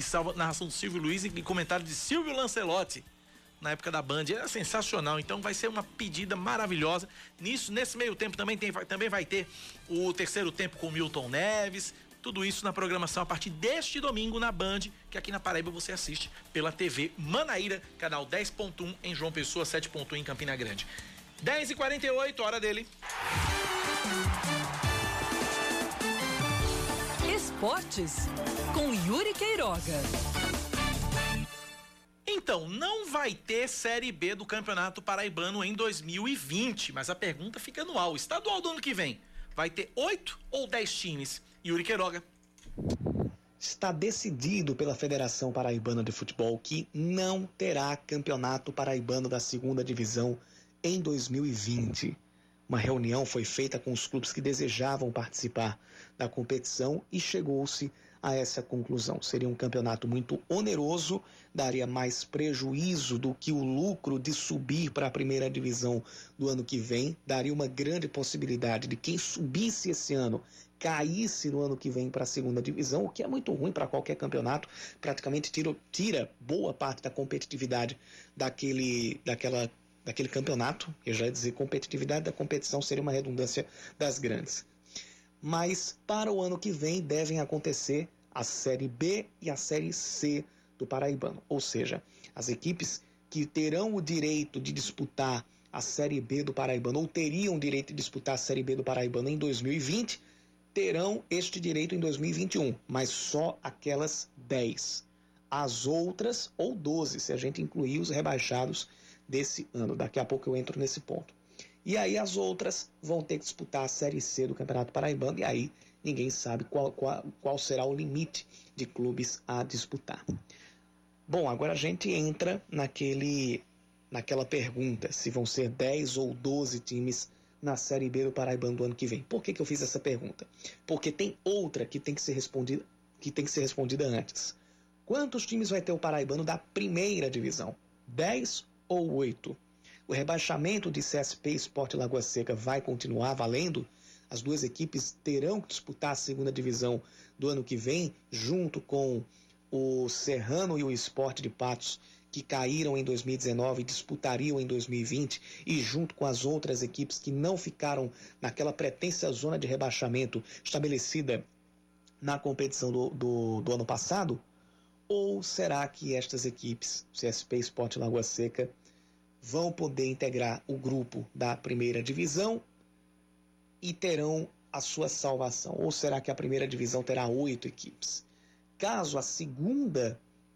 Speaker 2: Luiz e comentário de Silvio Lancelotti. Na época da Band, era sensacional, então vai ser uma pedida maravilhosa. Nesse meio tempo também vai ter o terceiro tempo com Milton Neves, tudo isso na programação a partir deste domingo na Band, que aqui na Paraíba você assiste pela TV Manaíra, canal 10.1 em João Pessoa, 7.1 em Campina Grande. 10h48, hora dele.
Speaker 1: Esportes com Yuri Queiroga.
Speaker 2: Então, não vai ter Série B do Campeonato Paraibano em 2020, mas a pergunta fica no ar. O estadual do ano que vem vai ter 8 ou 10 times? Yuri Queiroga.
Speaker 10: Está decidido pela Federação Paraibana de Futebol que não terá campeonato paraibano da segunda divisão em 2020. Uma reunião foi feita com os clubes que desejavam participar da competição e chegou-se a essa conclusão. Seria um campeonato muito oneroso, daria mais prejuízo do que o lucro de subir para a primeira divisão do ano que vem, daria uma grande possibilidade de quem subisse esse ano caísse no ano que vem para a segunda divisão, o que é muito ruim para qualquer campeonato, praticamente tira boa parte da competitividade daquele campeonato. Eu já ia dizer, competitividade da competição seria uma redundância das grandes. Mas para o ano que vem devem acontecer a Série B e a Série C do Paraibano, ou seja, as equipes que terão o direito de disputar a Série B do Paraibano, ou teriam o direito de disputar a Série B do Paraibano em 2020, terão este direito em 2021, mas só aquelas 10. As outras, ou 12, se a gente incluir os rebaixados desse ano. Daqui a pouco eu entro nesse ponto. E aí as outras vão ter que disputar a Série C do Campeonato Paraibano, e aí ninguém sabe qual será o limite de clubes a disputar. Bom, agora a gente entra naquela pergunta, se vão ser 10 ou 12 times na Série B do Paraibano do ano que vem. Por que eu fiz essa pergunta? Porque tem outra que tem que ser respondida antes. Quantos times vai ter o Paraibano da primeira divisão? 10 ou 8? O rebaixamento de CSP e Sport Lagoa Seca vai continuar valendo? As duas equipes terão que disputar a segunda divisão do ano que vem, junto com o Serrano e o Sport de Patos, que caíram em 2019 e disputariam em 2020, e junto com as outras equipes que não ficaram naquela pretensa zona de rebaixamento estabelecida na competição do ano passado? Ou será que estas equipes, CSP e Sport Lagoa Seca, vão poder integrar o grupo da primeira divisão e terão a sua salvação? Ou será que a primeira divisão terá 8 equipes? Caso a segunda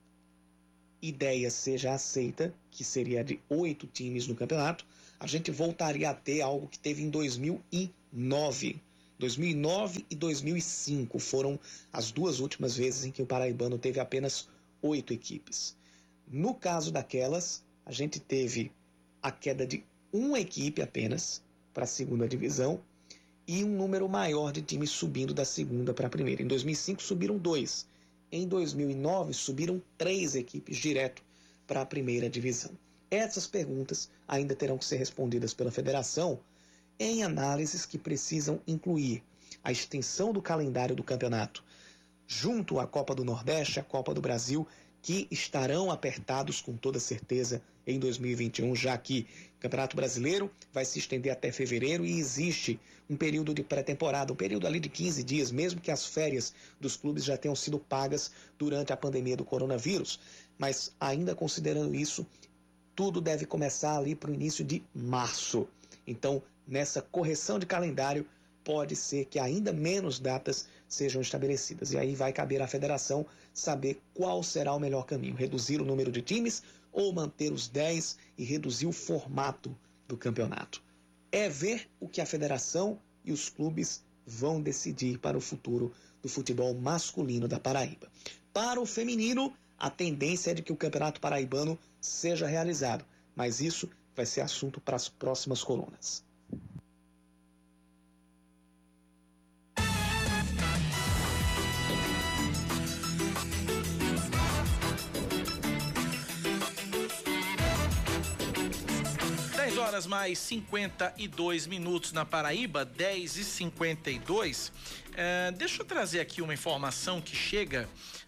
Speaker 10: ideia seja aceita, que seria de 8 times no campeonato, a gente voltaria a ter algo que teve em 2009. 2009 e 2005 foram as duas últimas vezes em que o Paraibano teve apenas 8 equipes. No caso daquelas, a gente teve a queda de uma equipe apenas para a segunda divisão e um número maior de times subindo da segunda para a primeira. Em 2005 subiram 2. Em 2009 subiram 3 equipes direto para a primeira divisão. Essas perguntas ainda terão que ser respondidas pela federação em análises que precisam incluir a extensão do calendário do campeonato, junto à Copa do Nordeste, à Copa do Brasil, que estarão apertados com toda certeza em 2021, já que o Campeonato Brasileiro vai se estender até fevereiro e existe um período de pré-temporada, um período ali de 15 dias, mesmo que as férias dos clubes já tenham sido pagas durante a pandemia do coronavírus. Mas ainda considerando isso, tudo deve começar ali para o início de março. Então, nessa correção de calendário, pode ser que ainda menos datas sejam estabelecidas. E aí vai caber à federação saber qual será o melhor caminho: reduzir o número de times ou manter os 10 e reduzir o formato do campeonato. É ver o que a federação e os clubes vão decidir para o futuro do futebol masculino da Paraíba. Para o feminino, a tendência é de que o Campeonato Paraibano seja realizado, mas isso vai ser assunto para as próximas colunas.
Speaker 2: Horas mais 52 minutos na Paraíba, 10h52. Deixa eu trazer aqui uma informação que chega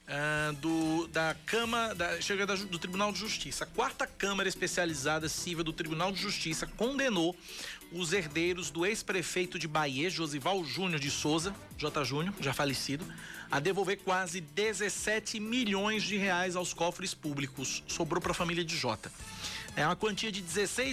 Speaker 2: do Tribunal de Justiça. A 4ª Câmara Especializada Civil do Tribunal de Justiça condenou os herdeiros do ex-prefeito de Bahia, Josival Júnior de Souza, J. Júnior, já falecido, a devolver quase 17 milhões de reais aos cofres públicos. Sobrou para a família de Jota. É uma quantia de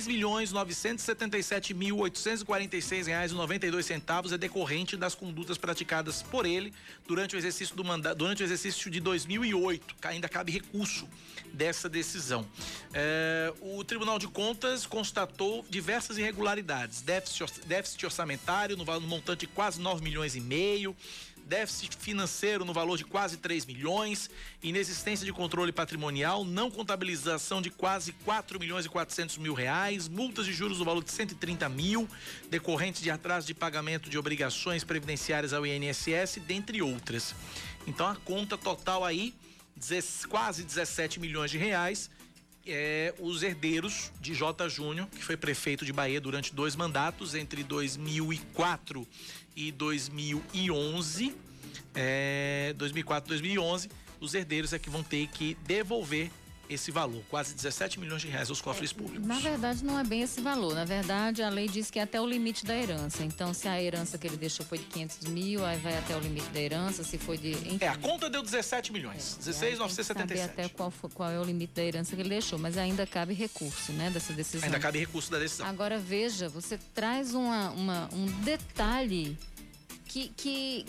Speaker 2: R$16.977.846,92 é decorrente das condutas praticadas por ele durante o exercício do mandato, durante o exercício de 2008. Ainda cabe recurso dessa decisão. O Tribunal de Contas constatou diversas irregularidades, déficit orçamentário no montante de quase 9,5 milhões, déficit financeiro no valor de quase 3 milhões, inexistência de controle patrimonial, não contabilização de quase 4.400.000 reais, multas de juros no valor de 130 mil, decorrentes de atraso de pagamento de obrigações previdenciárias ao INSS, dentre outras. Então a conta total aí, quase 17 milhões de reais, os herdeiros de J. Júnior, que foi prefeito de Bahia durante 2 mandatos, entre 2004 e 2011, 2004 e 2011, os herdeiros é que vão ter que devolver esse valor, quase 17 milhões de reais aos cofres públicos.
Speaker 3: Na verdade, não é bem esse valor. Na verdade, a lei diz que é até o limite da herança. Então, se a herança que ele deixou foi de 500 mil, aí vai até o limite da herança. Se foi de... Enfim.
Speaker 2: A conta deu 17 milhões, 16.977.
Speaker 3: Saber até qual é o limite da herança que ele deixou, mas ainda cabe recurso, né, dessa decisão.
Speaker 2: Ainda cabe recurso da decisão.
Speaker 3: Agora, veja, você traz um detalhe que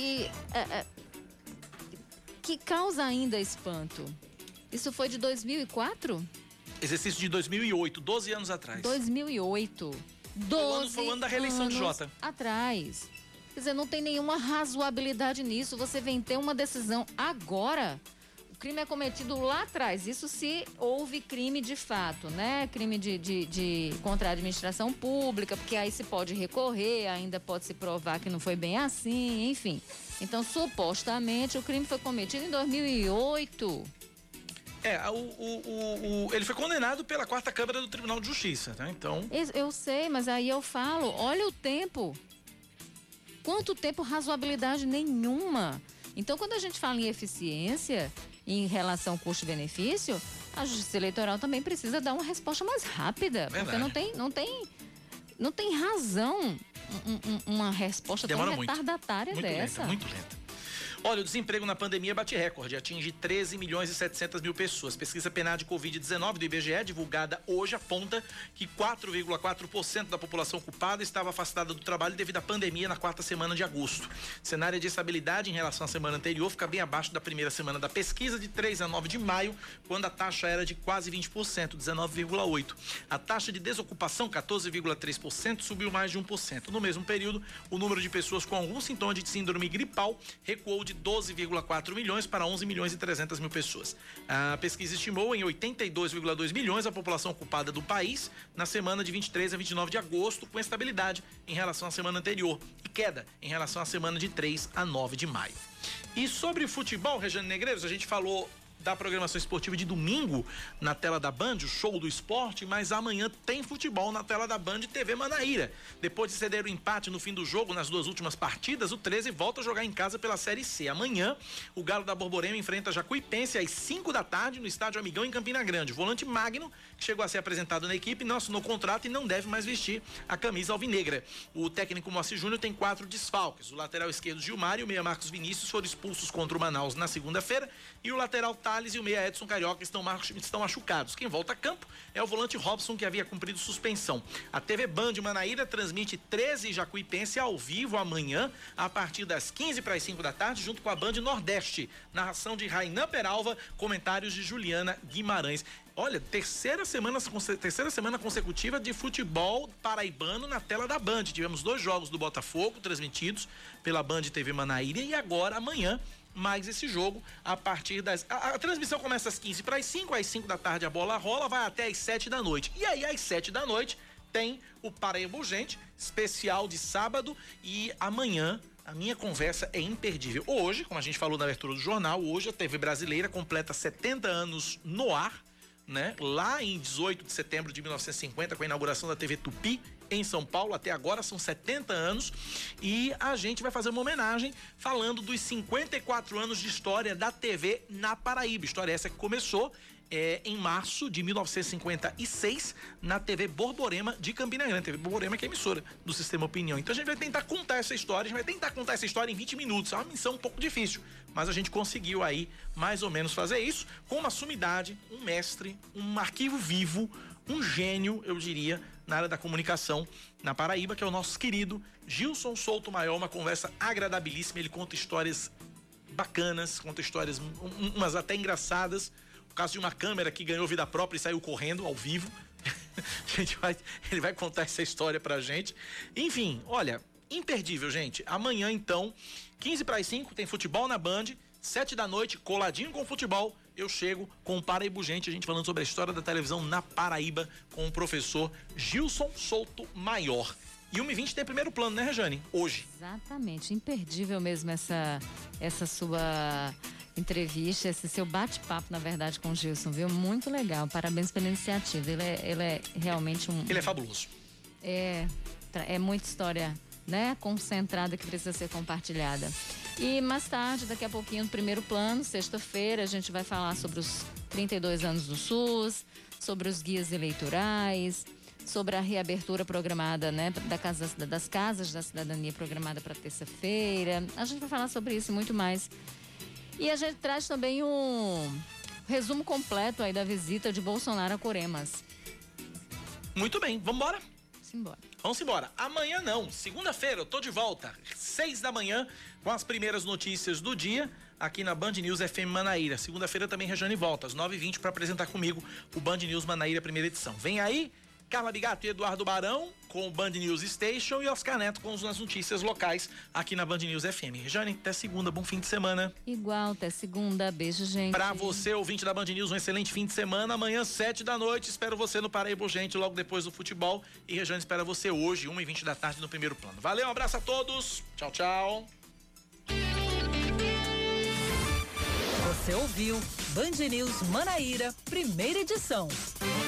Speaker 3: causa ainda espanto. Isso foi de 2004?
Speaker 2: Exercício de 2008, 12 anos atrás.
Speaker 3: 2008. 12
Speaker 2: foi o ano da reeleição de Jota.
Speaker 3: Atrás. Quer dizer, não tem nenhuma razoabilidade nisso. Você vem ter uma decisão agora. O crime é cometido lá atrás. Isso se houve crime de fato, né? Crime de contra a administração pública, porque aí se pode recorrer, ainda pode se provar que não foi bem assim, enfim. Então, supostamente, o crime foi cometido em 2008.
Speaker 2: Ele foi condenado pela 4ª Câmara do Tribunal de Justiça, né? Então...
Speaker 3: Eu sei, mas aí eu falo, olha o tempo. Quanto tempo? Razoabilidade nenhuma. Então, quando a gente fala em eficiência, em relação custo-benefício, a Justiça Eleitoral também precisa dar uma resposta mais rápida. Verdade. Porque não tem razão uma resposta tão retardatária dessa.
Speaker 2: Muito lenta. Olha, o desemprego na pandemia bate recorde, atinge 13.700.000 pessoas. Pesquisa PNAD Covid-19 do IBGE, divulgada hoje, aponta que 4,4% da população ocupada estava afastada do trabalho devido à pandemia na 4ª semana de agosto. Cenário de estabilidade em relação à semana anterior fica bem abaixo da primeira semana da pesquisa, de 3 a 9 de maio, quando a taxa era de quase 20%, 19,8%. A taxa de desocupação, 14,3%, subiu mais de 1%. No mesmo período, o número de pessoas com algum sintoma de síndrome gripal recuou de 12,4 milhões para 11.300.000 pessoas. A pesquisa estimou em 82,2 milhões a população ocupada do país na semana de 23 a 29 de agosto, com estabilidade em relação à semana anterior e queda em relação à semana de 3 a 9 de maio. E sobre futebol, Rejane Negreiros, a gente falou da programação esportiva de domingo na tela da Band, o show do esporte, mas amanhã tem futebol na tela da Band TV Manaíra. Depois de ceder o empate no fim do jogo nas 2 últimas partidas, o 13 volta a jogar em casa pela Série C. Amanhã, o Galo da Borborema enfrenta Jacuipense às 5 da tarde no Estádio Amigão em Campina Grande. O volante Magno, que chegou a ser apresentado na equipe, não assinou contrato e não deve mais vestir a camisa alvinegra. O técnico Moacir Júnior tem 4 desfalques. O lateral esquerdo Gilmar e o meia Marcos Vinícius foram expulsos contra o Manaus na segunda-feira e o lateral Thales e o meia Edson Carioca estão machucados. Quem volta a campo é o volante Robson, que havia cumprido suspensão. A TV Band Manaíra transmite 13 Jacuipense ao vivo amanhã, a partir das 15 para as 5 da tarde, junto com a Band Nordeste. Narração de Rainan Peralva, comentários de Juliana Guimarães. Olha, terceira semana consecutiva de futebol paraibano na tela da Band. Tivemos 2 jogos do Botafogo transmitidos pela Band TV Manaíra e agora amanhã mais esse jogo a partir das... A transmissão começa às 15 para as 5, às 5 da tarde a bola rola, vai até às 7 da noite. E aí às 7 da noite tem o Paraíba Urgente, especial de sábado, e amanhã a minha conversa é imperdível. Hoje, como a gente falou na abertura do jornal, hoje a TV brasileira completa 70 anos no ar, né? Lá em 18 de setembro de 1950, com a inauguração da TV Tupi, em São Paulo. Até agora são 70 anos e a gente vai fazer uma homenagem falando dos 54 anos de história da TV na Paraíba. História essa que começou em março de 1956 na TV Borborema de Campina Grande. TV Borborema, que é a emissora do Sistema Opinião. Então a gente vai tentar contar essa história, em 20 minutos. É uma missão um pouco difícil, mas a gente conseguiu aí mais ou menos fazer isso com uma sumidade, um mestre, um arquivo vivo, um gênio, eu diria, na área da comunicação na Paraíba, que é o nosso querido Gilson Souto Maior, uma conversa agradabilíssima. Ele conta histórias bacanas, conta histórias umas até engraçadas. O caso de uma câmera que ganhou vida própria e saiu correndo ao vivo. Ele vai contar essa história pra gente. Enfim, olha, imperdível, gente. Amanhã, então, 4:45, tem futebol na Band, 7 da noite, coladinho com o futebol, eu chego com o Paraibugente, a gente falando sobre a história da televisão na Paraíba, com o professor Gilson Souto Maior. E 1h20 tem primeiro plano, né, Rejane? Hoje.
Speaker 3: Exatamente, imperdível mesmo essa sua entrevista, esse seu bate-papo, na verdade, com o Gilson, viu? Muito legal, parabéns pela iniciativa, ele é realmente
Speaker 2: Ele é fabuloso.
Speaker 3: É muita história, né, concentrada que precisa ser compartilhada. E mais tarde, daqui a pouquinho, no primeiro plano, sexta-feira, a gente vai falar sobre os 32 anos do SUS, sobre os guias eleitorais, sobre a reabertura programada, né, das casas da cidadania programada para terça-feira. A gente vai falar sobre isso e muito mais. E a gente traz também um resumo completo aí da visita de Bolsonaro a Coremas.
Speaker 2: Muito bem, vamos embora?
Speaker 3: Simbora.
Speaker 2: Vamos embora. Amanhã não, segunda-feira eu tô de volta, 6 da manhã, com as primeiras notícias do dia, aqui na Band News FM Manaíra. Segunda-feira também Rejane volta, às 9h20, para apresentar comigo o Band News Manaíra, primeira edição. Vem aí, Carla Bigato e Eduardo Barão, com o Band News Station, e Oscar Neto com as notícias locais aqui na Band News FM. Rejane, até segunda, bom fim de semana.
Speaker 3: Igual, até segunda, beijo, gente.
Speaker 2: Pra você, ouvinte da Band News, um excelente fim de semana. Amanhã, 7 da noite, espero você no Paraibugente, logo depois do futebol. E Rejane espera você hoje, 1h20 da tarde, no primeiro plano. Valeu, um abraço a todos. Tchau, tchau.
Speaker 1: Você ouviu Band News Manaíra, primeira edição.